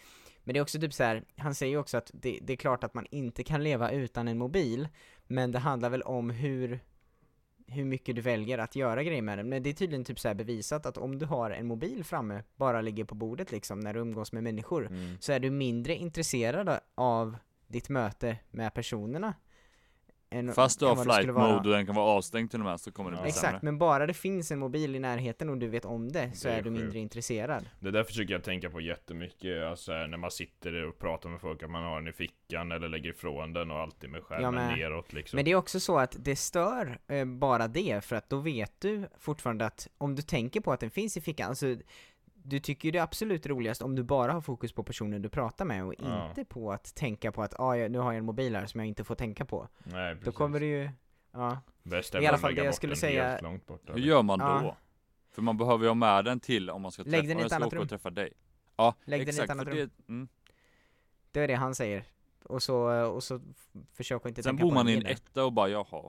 Men det är också typ så här, han säger ju också att det är klart att man inte kan leva utan en mobil, men det handlar väl om hur mycket du väljer att göra grejer med den. Men det är tydligen typ så här bevisat att om du har en mobil framme, bara ligger på bordet liksom när du umgås med människor, så är du mindre intresserad av ditt möte med personerna. Fast du har flight mode och den kan vara avstängd till och med, så kommer det bli Exakt, sämre. men bara det finns en mobil i närheten och du vet om det, så är du sjukt. mindre intresserad. Det där försöker jag tänka på jättemycket, alltså när man sitter och pratar med folk, att man har den i fickan eller lägger ifrån den och alltid med skärmen neråt liksom. Men det är också så att det stör bara det, för att då vet du fortfarande att om du tänker på att den finns i fickan, alltså du tycker ju det är absolut roligast om du bara har fokus på personen du pratar med och inte på att tänka på att nu har jag en mobil här som jag inte får tänka på. Nej, precis. Då kommer det ju, bäst i alla fall det jag skulle säga. Bort, hur gör man då? För man behöver ju ha med den till om man ska träffa, den i ett annat rum. Och träffa dig. Ja, Lägg exakt, den i ett annat rum. Det är det han säger. Och så försöker inte sen tänka på bor man det i en mer. etta och bara jaha.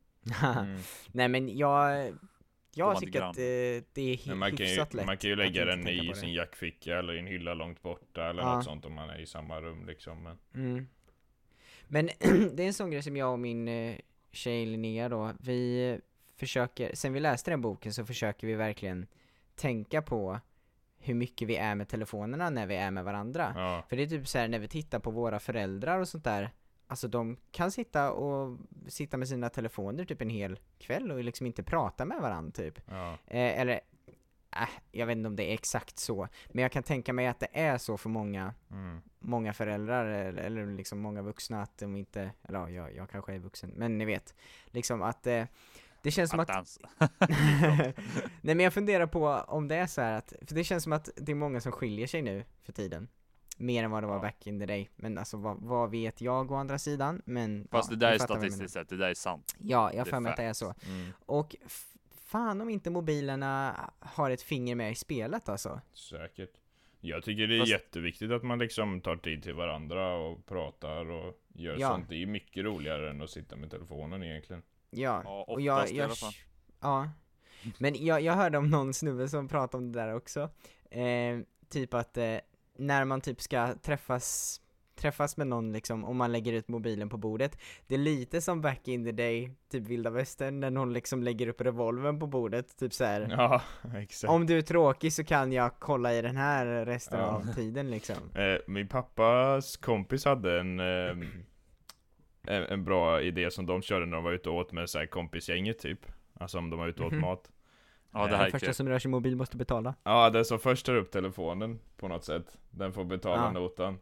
Nej men jag man tycker att det är Men hyfsat lätt. man kan ju att lägga inte den tänka i på det. sin jackficka eller i en hylla långt borta eller något sånt om man är i samma rum liksom. Men det är en sån grej som jag och min tjej Linnea då, vi försöker, sen vi läste den boken så försöker vi verkligen tänka på hur mycket vi är med telefonerna när vi är med varandra. För det är typ så här när vi tittar på våra föräldrar och sånt där, alltså de kan sitta med sina telefoner typ en hel kväll och liksom inte prata med varandra typ. Eller jag vet inte om det är exakt så, men jag kan tänka mig att det är så för många föräldrar eller liksom många vuxna, att de inte, eller jag kanske är vuxen, men ni vet liksom att det känns som att nej men jag funderar på om det är så här att, för det känns som att det är många som skiljer sig nu för tiden mer än vad det var back in the day, men alltså vad vet jag å andra sidan, men fast det där är statistiskt sett, det där är sant. Ja, jag får med att det är så. Och fan om inte mobilerna har ett finger med i spelet alltså. Säkert. Jag tycker det är jätteviktigt att man liksom tar tid till varandra och pratar och gör sånt. Det är mycket roligare än att sitta med telefonen egentligen. Ja, och oftast i alla fall. Ja. Men jag hörde om någon snubbe som pratade om det där också. Typ att när man typ ska träffas med någon liksom, om man lägger ut mobilen på bordet, det är lite som back in the day, typ vilda västern, när någon liksom lägger upp revolvern på bordet, typ så här. Ja, exakt. Om du är tråkig så kan jag kolla i den här resten av tiden liksom. Min pappas kompis hade en bra idé som de körde när de var ute och åt med så här kompisgänget typ. Alltså om de var ute och åt mat. Ja, det här den första som rör sin mobil måste betala. Ja, den som först tar upp telefonen på något sätt, den får betala notan.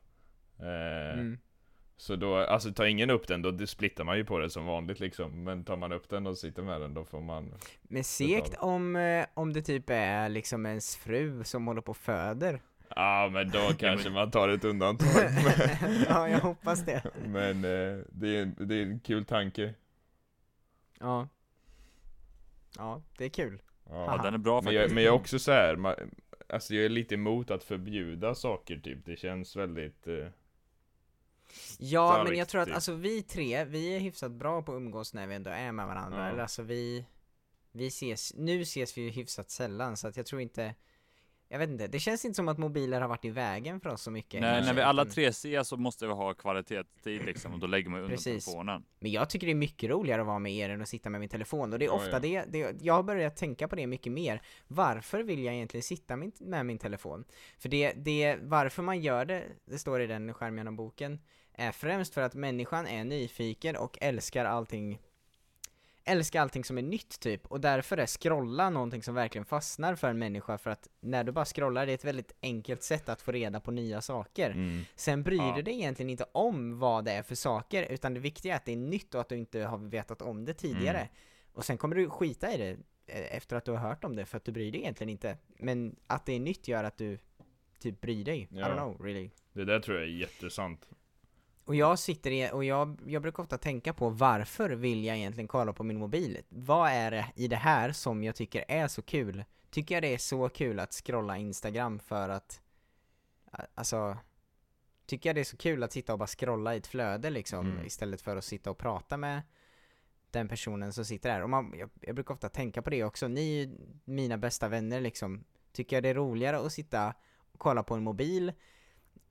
Så då, alltså tar ingen upp den, då splittar man ju på det som vanligt liksom. Men tar man upp den och sitter med den, då får man. Men segt om det typ är liksom ens fru som håller på och föder. Ja, men då kanske man tar ett undantag. Ja, jag hoppas det. Men det är en kul tanke. Ja, det är kul. Ja, den är bra faktiskt. Men jag är också så här, alltså jag är lite emot att förbjuda saker typ. Det känns väldigt ja, starkt, men jag tror att typ. alltså vi är hyfsat bra på att umgås när vi ändå är med varandra. Eller alltså vi ses vi ju hyfsat sällan, så att jag tror inte, jag vet inte, det känns inte som att mobiler har varit i vägen för oss så mycket. Nej, när vi alla tre ses så måste vi ha kvalitetstid liksom, och då lägger man undan telefonen. Men jag tycker det är mycket roligare att vara med er än att sitta med min telefon. Och det är ofta det jag har börjat tänka på det mycket mer. Varför vill jag egentligen sitta med min telefon? För det varför man gör det står i den skärmen boken, är främst för att människan är nyfiken och älskar allting som är nytt typ, och därför är scrolla någonting som verkligen fastnar för en människa, för att när du bara scrollar, det är ett väldigt enkelt sätt att få reda på nya saker. Sen bryr du dig egentligen inte om vad det är för saker, utan det viktiga är att det är nytt och att du inte har vetat om det tidigare. Och sen kommer du skita i det efter att du har hört om det, för att du bryr dig egentligen inte. Men att det är nytt gör att du typ bryr dig. I don't know, really. Det där tror jag är jättesant. Och jag jag brukar ofta tänka på, varför vill jag egentligen kolla på min mobil? Vad är det i det här som jag tycker är så kul? Tycker jag det är så kul att scrolla Instagram för att, alltså, tycker jag det är så kul att sitta och bara scrolla i ett flöde liksom, istället för att sitta och prata med den personen som sitter där? Och jag brukar ofta tänka på det också. Ni är mina bästa vänner liksom. Tycker jag det är roligare att sitta och kolla på en mobil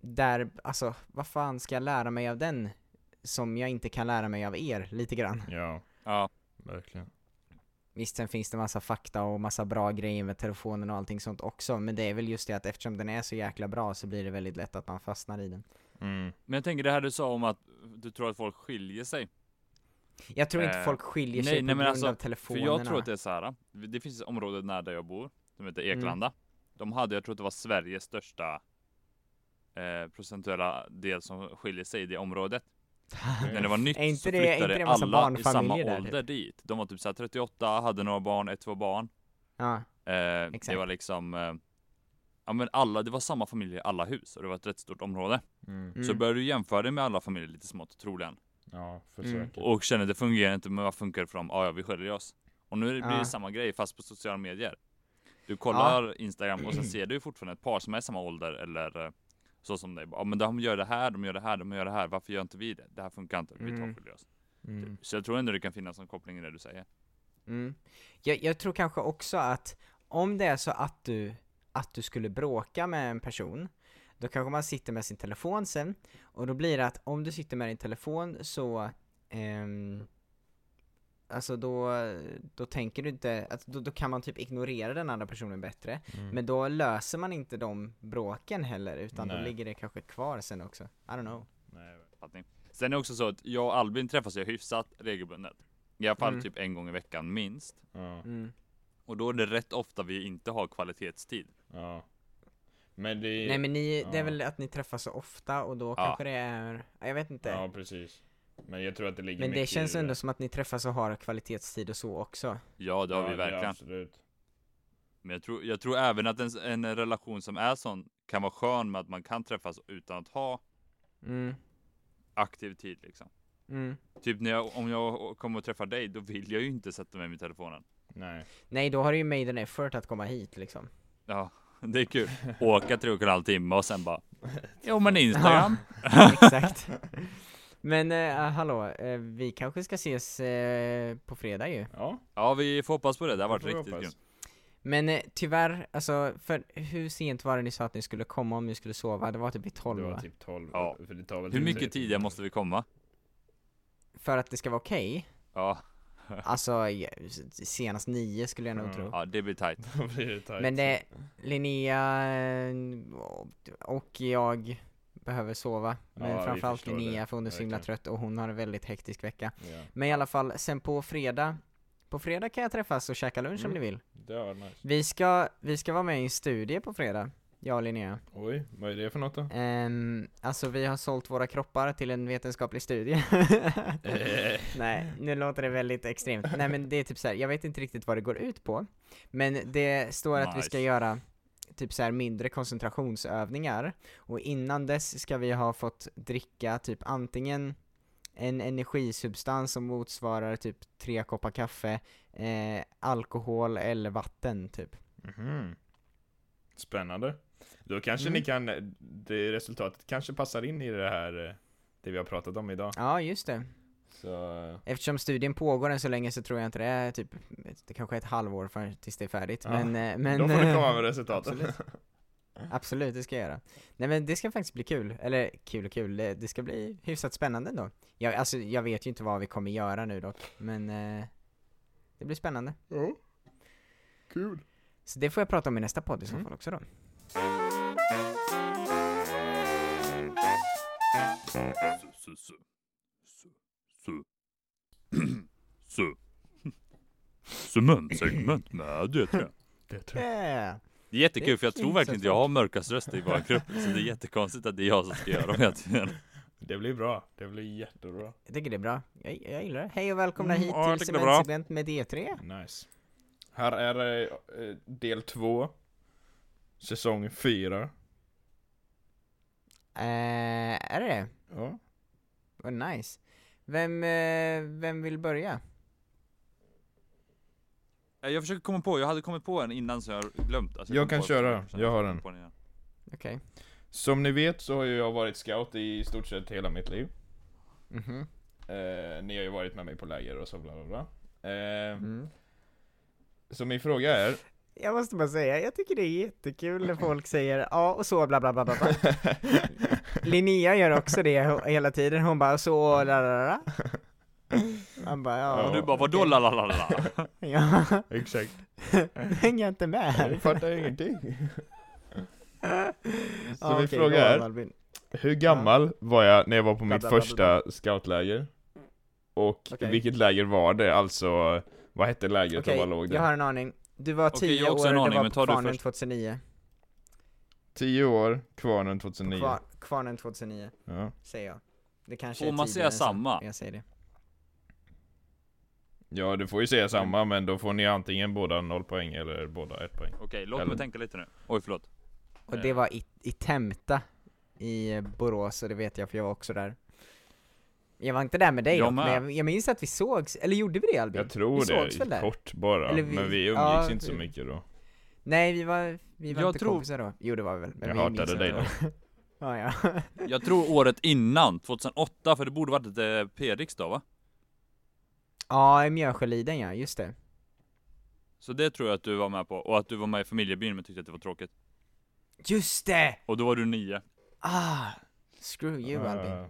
där, alltså vad fan ska jag lära mig av den som jag inte kan lära mig av er lite grann. Ja. Verkligen. Visst, sen finns det massa fakta och massa bra grejer med telefonen och allting sånt också, men det är väl just det att eftersom den är så jäkla bra så blir det väldigt lätt att man fastnar i den. Mm. Men jag tänker det här du sa om att du tror att folk skiljer sig. Jag tror inte folk skiljer sig på men grund alltså, av telefonerna. För jag tror att det är så här. Det finns ett område nära där jag bor som heter Eklanda. De hade, jag tror att det var Sveriges största procentuella del som skiljer sig i det området. När det var nytt Inte så det- flyttade inte det massa alla i samma barnfamiljer där, ålder dit. De var typ så här 38, hade några barn, 1-2 barn. Ja, Det exakt. var liksom ja men alla, det var samma familj i alla hus och det var ett rätt stort område. Mm. Så började du jämföra det med alla familjer lite smått troligen. Ja, för säkert. Och känner det fungerar inte, men vad funkar det för dem? Ja, vi skiljer oss. Och nu blir det Ja. samma grej fast på sociala medier. Du kollar Instagram och sen ser du fortfarande ett par som är i samma ålder eller så som dig. Ja men de gör det här, de gör det här, de gör det här. Varför gör inte vi det? Det här funkar inte, vi tar och skiljer oss. Så jag tror ändå det kan finnas en koppling i det du säger. Jag tror kanske också att om det är så att du skulle bråka med en person, då kanske man sitter med sin telefon sen, och då blir det att om du sitter med din telefon så alltså då tänker du inte att då kan man typ ignorera den andra personen bättre, men då löser man inte de bråken heller, utan då ligger det kanske kvar sen också. I don't know. Nej, sen är det också så att jag och Albin träffas ju hyfsat regelbundet. I alla fall typ en gång i veckan minst. Och då är det rätt ofta vi inte har kvalitetstid. Ja. Men det... Nej men det är väl att ni träffas så ofta, och då kanske det är, jag vet inte. Ja, precis. Men jag tror att det ligger Men det mycket känns i ändå som att ni träffas och har kvalitetstid och så också. Ja, det har vi verkligen. Ja, absolut. Men jag tror även att en relation som är sån kan vara skön med att man kan träffas utan att ha aktiv tid liksom. Typ om jag kommer och träffar dig, då vill jag ju inte sätta mig med telefonen. Nej, då har du ju made an effort att komma hit liksom. Ja, det är kul. Åka 3,5 timmar och sen bara jo men Instagram. Exakt. Men hallå, vi kanske ska ses på fredag ju. Ja, vi får hoppas på det. Det har varit får vi riktigt hoppas. kul. Men tyvärr, alltså, för hur sent var det ni sa att ni skulle komma om ni skulle sova? Det var typ vid 12, Det var va? typ 12. Ja. För det tar väl Hur typ mycket 3 tidigare timmar. måste vi komma? För att det ska vara okej? Ja, Alltså, senast 9 skulle jag nog tro. ja det blir tight. Då blir det tight. Men det, Linnea och jag behöver sova. Men Ja, vi framförallt förstår Linnea, det. för hon är så himla Verkligen. trött och hon har en väldigt hektisk vecka. Ja, Men i alla fall, sen på fredag kan jag träffas och käka lunch om ni vill. det var nice. Vi ska vara med i en studie på fredag, jag och Linnea. Oj, vad är det för något då? Alltså vi har sålt våra kroppar till en vetenskaplig studie. Nej, nu låter det väldigt extremt. Nej men det är typ så här, jag vet inte riktigt vad det går ut på. Men det står att vi ska Nice. göra typ så här mindre koncentrationsövningar. Och innan dess ska vi ha fått dricka typ antingen en energisubstans som motsvarar typ 3 koppar kaffe, alkohol eller vatten typ. Spännande. Då kanske ni kan, det resultatet kanske passar in i det här, det vi har pratat om idag. Ja, just det. Så, Eftersom studien pågår än så länge så tror jag inte det är typ, det kanske är ett halvår tills det är färdigt. Ja, Men då får du komma med resultatet. Absolut. Absolut, det ska jag göra. Nej men det ska faktiskt bli kul. Eller kul, det ska bli hyfsat spännande ändå. Jag vet ju inte vad vi kommer göra nu dock. Men det blir spännande. Ja, kul. Så det får jag prata om i nästa podd i så fall också då. Segment med det tror jag. Det tror jag. Yeah. Det är jättekul Det för jag är tror verkligen inte jag har mörkast röst i vår grupp. Så det är jättekonstigt att det är jag som ska göra dem hela tiden. Det blir bra, det blir jättebra. Jag tycker det är bra. Jag gillar det. Hej och välkomna hit ja, jag till tycker det är bra. Cementsegment med D3. Nice. Här är det del 2. Säsong 4. Är det? Ja. Vad nice. Vem vill börja? Jag försöker komma på, jag hade kommit på en innan så jag har glömt. Alltså, Jag kom kan på köra, sen jag har kom den. på igen. Okej. Som ni vet så har ju jag varit scout i stort sett hela mitt liv. Mhm. Ni har ju varit med mig på läger och så bla bla bla. Så min fråga är, Jag måste bara säga, jag tycker det är jättekul när folk säger ja och så bla bla bla bla bla. Linnea gör också det hela tiden, hon bara så la la la. Man bara ja. Och du bara, vadå okej. lalalala? Ja, Exakt. hänger inte med. Jag fattar ingenting. Så Ja, min okej, fråga gå, är, Albin. hur gammal var jag när jag var på mitt Bla, bla, bla, första scoutläger? Och Okej. vilket läger var det? Alltså, vad hette lägret Okej, och vad låg det? jag har en aning. Du var Okej, 10 jag har också år, en aning, det var men på ta du Kvarnen först. 2009. 10 år, Kvarnen 2009. Kvarnen 2009, Ja. säger jag. Det kanske Får är man tidigare säga än så, samma? men jag säger det. Ja, du får ju säga samma, men då får ni antingen båda 0 poäng eller båda 1 poäng. Okej, låt Eller- mig tänka lite nu. Oj, förlåt. Och det var i Temta i Borås, och det vet jag för jag var också där. Jag var inte där med dig Jag dock, med. men jag minns att vi sågs, eller gjorde vi det Albin? Jag tror vi sågs väl det, där? kort bara. Eller men vi umgicks ja, inte så mycket då. Nej, vi var Jag inte tror- kompisar då. Jo, det var vi väl. Men Jag vi hatade umgicks dig ändå. Ja, ja. Jag tror året innan, 2008, för det borde varit ett P-riksdag va? Ja, i Mjösjöliden ja, just det. Så det tror jag att du var med på, och att du var med i familjebyn men tyckte att det var tråkigt. Just det! Och då var du 9. Screw you Albin.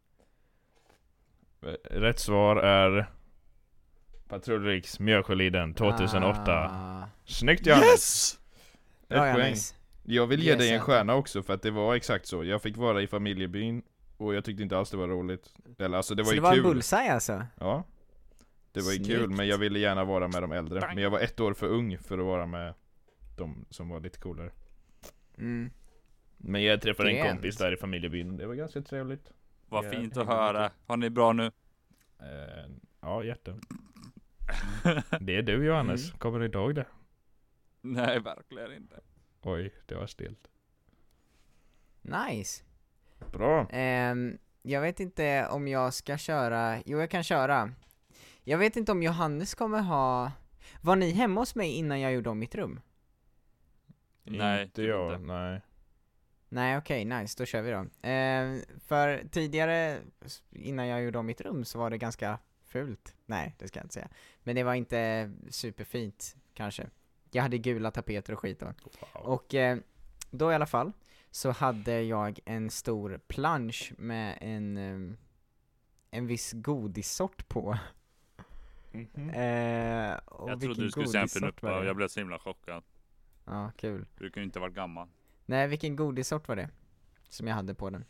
Rätt svar är Patrullriks Mjösjöliden 2008. Snyggt Johannes! Bra Ett poäng. Johannes. Jag vill ge Yes, dig en Anton. stjärna också för att det var exakt så. Jag fick vara i familjebyn och jag tyckte inte alls det var roligt. Eller alltså det var Så ju det var en kul. bullseye alltså? Ja. Det var ju Snyggt. kul, men jag ville gärna vara med de äldre. Men jag var 1 år för ung för att vara med de som var lite coolare. Mm. Men jag träffade en Gränt. kompis där i familjebyn. Det var ganska trevligt. Vad Ja, fint det att var höra. Har ni bra nu? Ja, hjärtan. Det är du Johannes. Kommer du inte ihåg det? Nej, verkligen inte. Oj, det var stilt. Nice. Bra. Jag vet inte om jag ska köra. Jo, jag kan köra. Jag vet inte om Johannes kommer ha. Var ni hemma hos mig innan jag gjorde om mitt rum? Nej, Inte typ jag, inte. nej. Nej, okej, nice, då kör vi då. För tidigare, innan jag gjorde om mitt rum, så var det ganska fult. Nej, det ska jag inte säga. Men det var inte superfint, kanske. Jag hade gula tapeter och skit då. Wow. Och då i alla fall, så hade jag en stor plansch med en viss godissort på. Mhm. Och Jag vilken trodde du skulle säga en godissort var finuppa, det? jag blev så himla chockad. Ja, kul. Du kan ju inte ha varit gammal. Nej, vilken godissort var det? Som jag hade på den.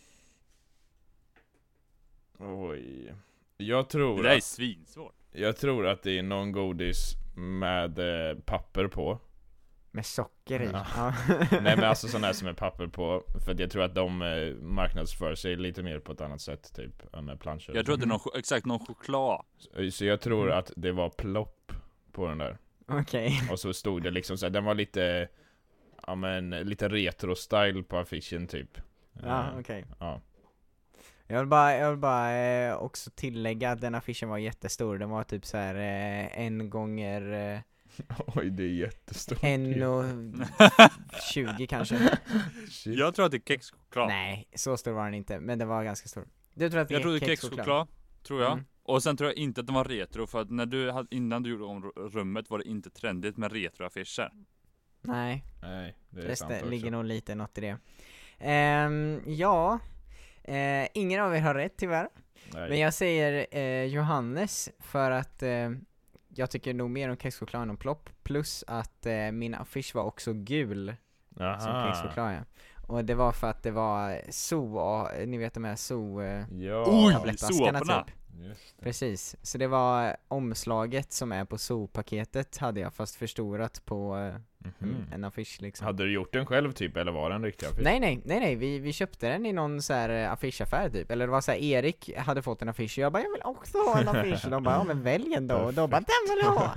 Oj. Jag tror, Det där är att, svinsvårt. jag tror att det är någon godis med papper på. Med socker i. Ja. Ja. Nej men alltså sån här som är papper på. För att jag tror att de marknadsför sig lite mer på ett annat sätt typ än planscher. Jag tror att det är exakt någon choklad. Så jag tror att det var plopp på den där. Okej. Och så stod det liksom så här, den var lite, ja men lite retro-style på affischen typ. Ja, okej. Ja. Jag vill bara också tillägga att den affischen var jättestor. Den var typ så här 1 gånger Oj, det är jättestort. 1,20 kanske. Shit. Jag tror att det är kexchoklad. Nej, så stor var den inte, men den var ganska stor. Du tror att det Jag tror är det är kexchoklad, tror jag. Mm. Och sen tror jag inte att den var retro, för att när du hade, innan du gjorde om rummet var det inte trendigt med retroaffischer. Nej, Nej, det är sant också. ligger nog lite något i det. Ja, ingen av er har rätt tyvärr. Nej. Men jag säger Johannes för att jag tycker nog mer om kexchoklad än om plopp. Plus att min affisch var också gul som Aha. kexchoklad, ja. Och det var för att det var ni vet de här Ja. Oj, tablettaskarna såporna. typ. Just det. Precis, så det var omslaget som är på paketet hade jag fast förstorat på Mhm. en affisch liksom. Hade du gjort den själv typ, eller var den riktig affisch? Nej, vi köpte den i någon så här affischaffär typ. Eller det var så här, Erik hade fått en affisch och jag bara, jag vill också ha en affisch. Och de bara, ja men välj en då. Och de bara, den vill jag ha.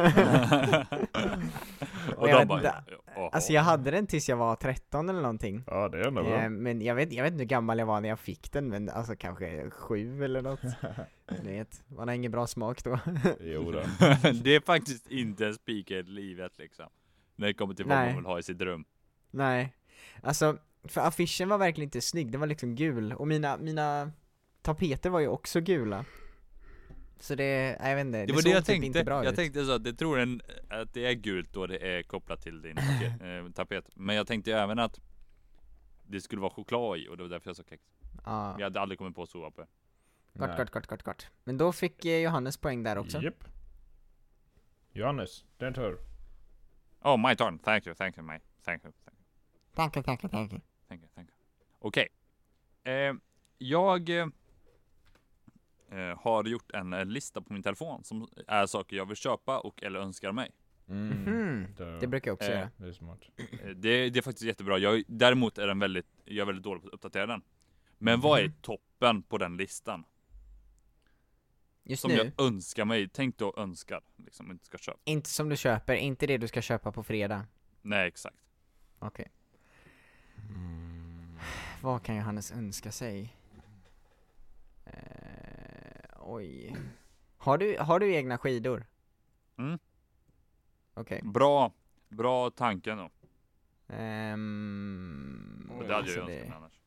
Och jag de bara, hade- Alltså jag hade den tills jag var 13 eller någonting. Ja, det är ändå bra. Men jag vet inte hur gammal jag var när jag fick den, men alltså kanske 7 eller något. Du vet, man har ingen bra smak då. Jo då. det är faktiskt inte en spika i livet liksom. När det kommer till vad Nej. man vill ha i sitt rum. Nej, alltså för affischen var verkligen inte snygg, den var liksom gul. Och mina tapeter var ju också gula. Så det, jag vet inte, Det var det såg jag typ tänkte. inte bra Jag ut. tänkte så att det tror att det är gult då det är kopplat till din tapet. Men jag tänkte ju även att det skulle vara choklad i och det var därför jag sa kex. Ja, Jag hade aldrig kommit på att sova på det. kort. Men då fick Johannes poäng där också. Japp. Johannes, den tur. Oh, my turn. Thank you, mate. Thank you. Tack. Okej. Jag har gjort en lista på min telefon som är saker jag vill köpa och eller önskar mig. Mhm. Det brukar jag också göra. Det är smart. Det är faktiskt jättebra. Däremot är jag är väldigt dålig på att uppdatera den. Men vad är toppen på den listan? Just Som nu, jag önskar mig. Tänk då önskar. Liksom inte ska köpa. inte som du köper, inte det du ska köpa på fredag. Nej, exakt. Okej. Vad kan Johannes önska sig? Oj. Har du egna skidor? Mm. Okej. Bra tanken då. Och det hade alltså jag önskat mig annars.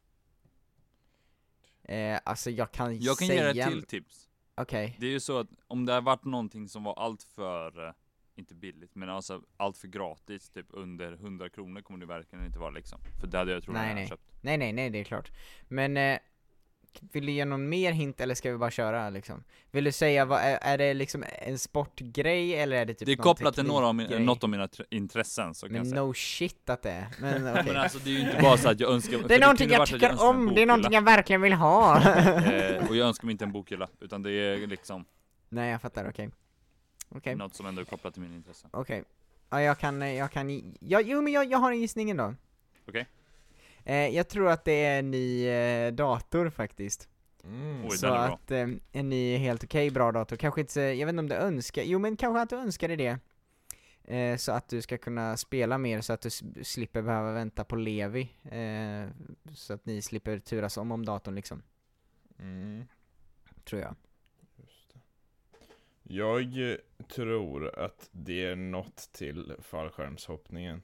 alltså jag kan Jag kan säga... ge ett till tips. Okej. Det är ju så att om det har varit någonting som var allt för inte billigt, men alltså allt för gratis, typ under 100 kronor kommer det verkligen inte vara liksom. För det hade jag troligen köpt. Nej, det är klart. Men vill du ge någon mer hint eller ska vi bara köra liksom? Vill du säga, är det liksom en sportgrej eller är det typ Det är någon kopplat till teknikgrej? något av mina intressen, så kan jag Men säga. no shit att det är. Men okej. Men alltså det är ju inte bara så att jag önskar. Det är någonting jag tycker om, det är någonting jag verkligen vill ha. Och jag önskar mig inte en bokhylla, utan det är liksom Nej, jag fattar, okej. något som ändå är kopplat till mina intressen. Okej. Ja, jag har en gissning då. Okej. Jag tror att det är en ny dator faktiskt. Oj, Så den är bra. att en ny helt okej bra dator. Kanske inte, jag vet inte om du önskar, jo men kanske att du önskar dig det. Så att du ska kunna spela mer så att du slipper behöva vänta på Levi. Så att ni slipper turas om datorn liksom. Tror jag. Jag tror att det är något till fallskärmshoppningen.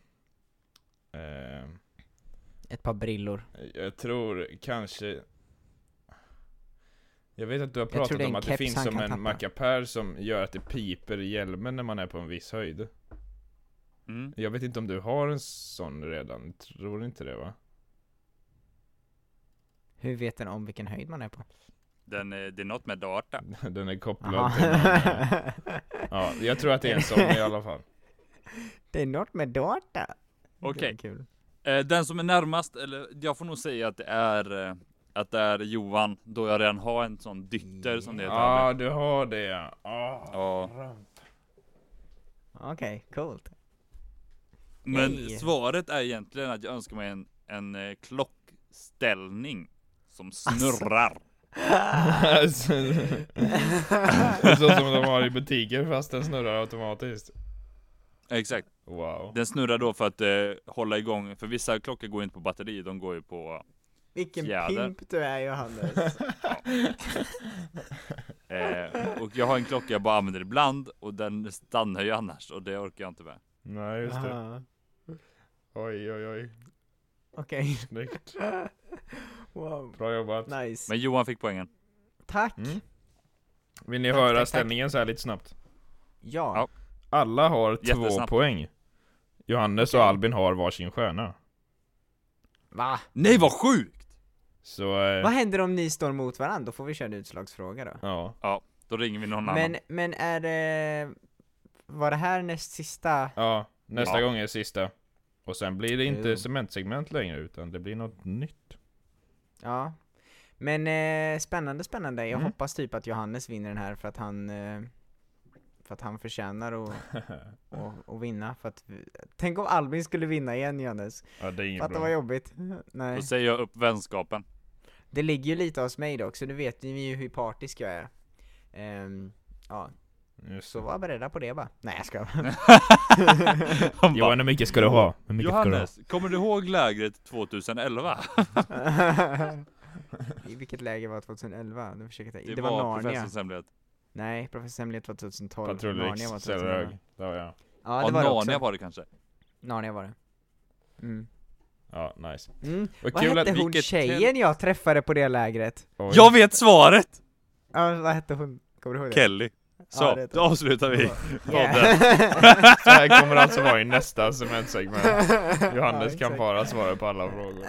Ett par brillor. Jag tror kanske... Jag vet att du har tror pratat det är om en att det keps finns han som kan en tappa. mackapär som gör att det piper i hjälmen när man är på en viss höjd. Mm. Jag vet inte om du har en sån redan. Tror inte det, va? Hur vet den om vilken höjd man är på? Det är något med data. Den är kopplad Aha. till någon, ja, jag tror att det är en sån i alla fall. Det är något med data. Okej. Det är kul. Den som är närmast, eller jag får nog säga att det är Johan, då jag redan har en sån dytter som det heter. Ja, du har det, ja. Ja. Okej, coolt. Men Yay. svaret är egentligen att jag önskar mig en klockställning som snurrar. Det är så som de har i butiker fast den snurrar automatiskt. Exakt. Wow. Den snurrar då för att hålla igång, för vissa klockor går inte på batteri, de går ju på Vilken fjäder. pimp du är, Johannes. och jag har en klocka jag bara använder ibland och den stannar ju annars och det orkar jag inte med. Nej, just det. Aha. Oj. Okej. Snyggt. Wow. Bra jobbat. Nice. Men Johan fick poängen. Tack. Mm. Vill ni Tack, höra tack. ställningen så här lite snabbt? Ja. Alla har 2 Jättesnabbt. poäng. Johannes och Albin har varsin stjärna. Va? Nej, vad sjukt! Så, Vad händer om ni står mot varandra? Då får vi köra en utslagsfråga då. ja. Då ringer vi någon annan. Men är det... Var det här näst sista? Ja, nästa Ja. gång är sista. Och sen blir det inte Jo. cementsegment längre, utan det blir något nytt. Ja. Men spännande. Jag Mm. hoppas typ att Johannes vinner den här för att han förtjänar att vinna. För att, tänk om Albin skulle vinna igen, Johannes. Ja, det är inget Fatta bra. vad jobbigt. Nej. Då säger jag upp vänskapen. Det ligger ju lite hos mig dock, så du vet ju hur partisk jag är. Ja, Just så det. var beredda på det bara. Nej, jag ska. Han Johan, hur mycket ska du ha? Hur mycket ska du ha? Johannes, kommer du ihåg lägret 2011? I vilket läge var 2011? Nu försöker jag Det det var var Narnia. professorns hemlighet. Nej, Professor Hemlighet 2012. Patrull Narnia var X, 2011. Sellerög. Ja, ja. Ja, Ja, det var det också. Narnia var det kanske. Narnia var det. Mm. Ja, nice. Vad Vad kul hette att... hon vilket tjejen jag träffade på det lägret? Oj. Jag vet svaret! Ja, vad hette hon? Kommer du ihåg det? Kelly. Så, Ja, det då avslutar vi. Yeah. Så här kommer det alltså vara i nästa cementsegment. Johannes Ja, kan exakt. bara svara på alla frågor.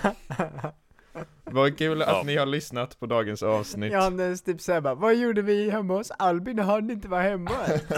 Vad kul att ni har lyssnat på dagens avsnitt. Johannes typ såhär bara, vad gjorde vi hemma hos Albin när han inte var hemma?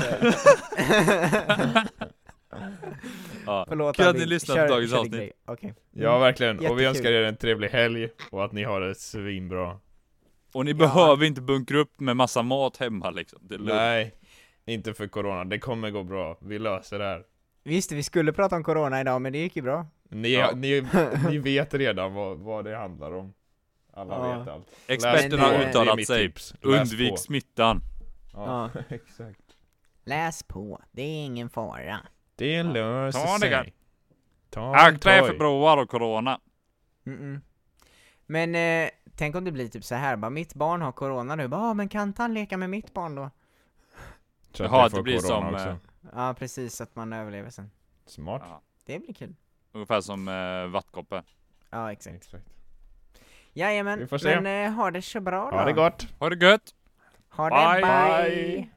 Ja. Förlåt Kul att Albin, ni lyssnade på dagens kör din avsnitt. grej. Okej. Ja, verkligen. Och vi Jättekul. önskar er en trevlig helg och att ni har det svinbra. Och ni behöver inte bunkra upp med massa mat hemma liksom. Det är lugnt. Nej, inte för corona. Det kommer gå bra. Vi löser det här. Visst, vi skulle prata om corona idag, men det gick ju bra. Ni vet redan vad det handlar om. Alla Ja. vet allt. Experterna Men, har det är uttalat mitt sig. tips. Läs Undvik på. smittan. Ja, exakt. Läs på, det är ingen fara. Det löser Ta det gott. sig. Ta en Akta er för toj. broar och corona. Mm-mm. Men tänk om det blir typ så här, bara mitt barn har corona nu, bara, men kan han leka med mitt barn då? Så att Jaha, ni får det blir corona som, också. Ja, precis, att man överlever sen. Smart. Ja. Det blir kul. Ungefär som vattkoppor. Ja, exakt. Exakt. Jajamän, Vi får se. men ha det så bra då. Ha det gott. Ha det gött! Ha det, Bye. bye.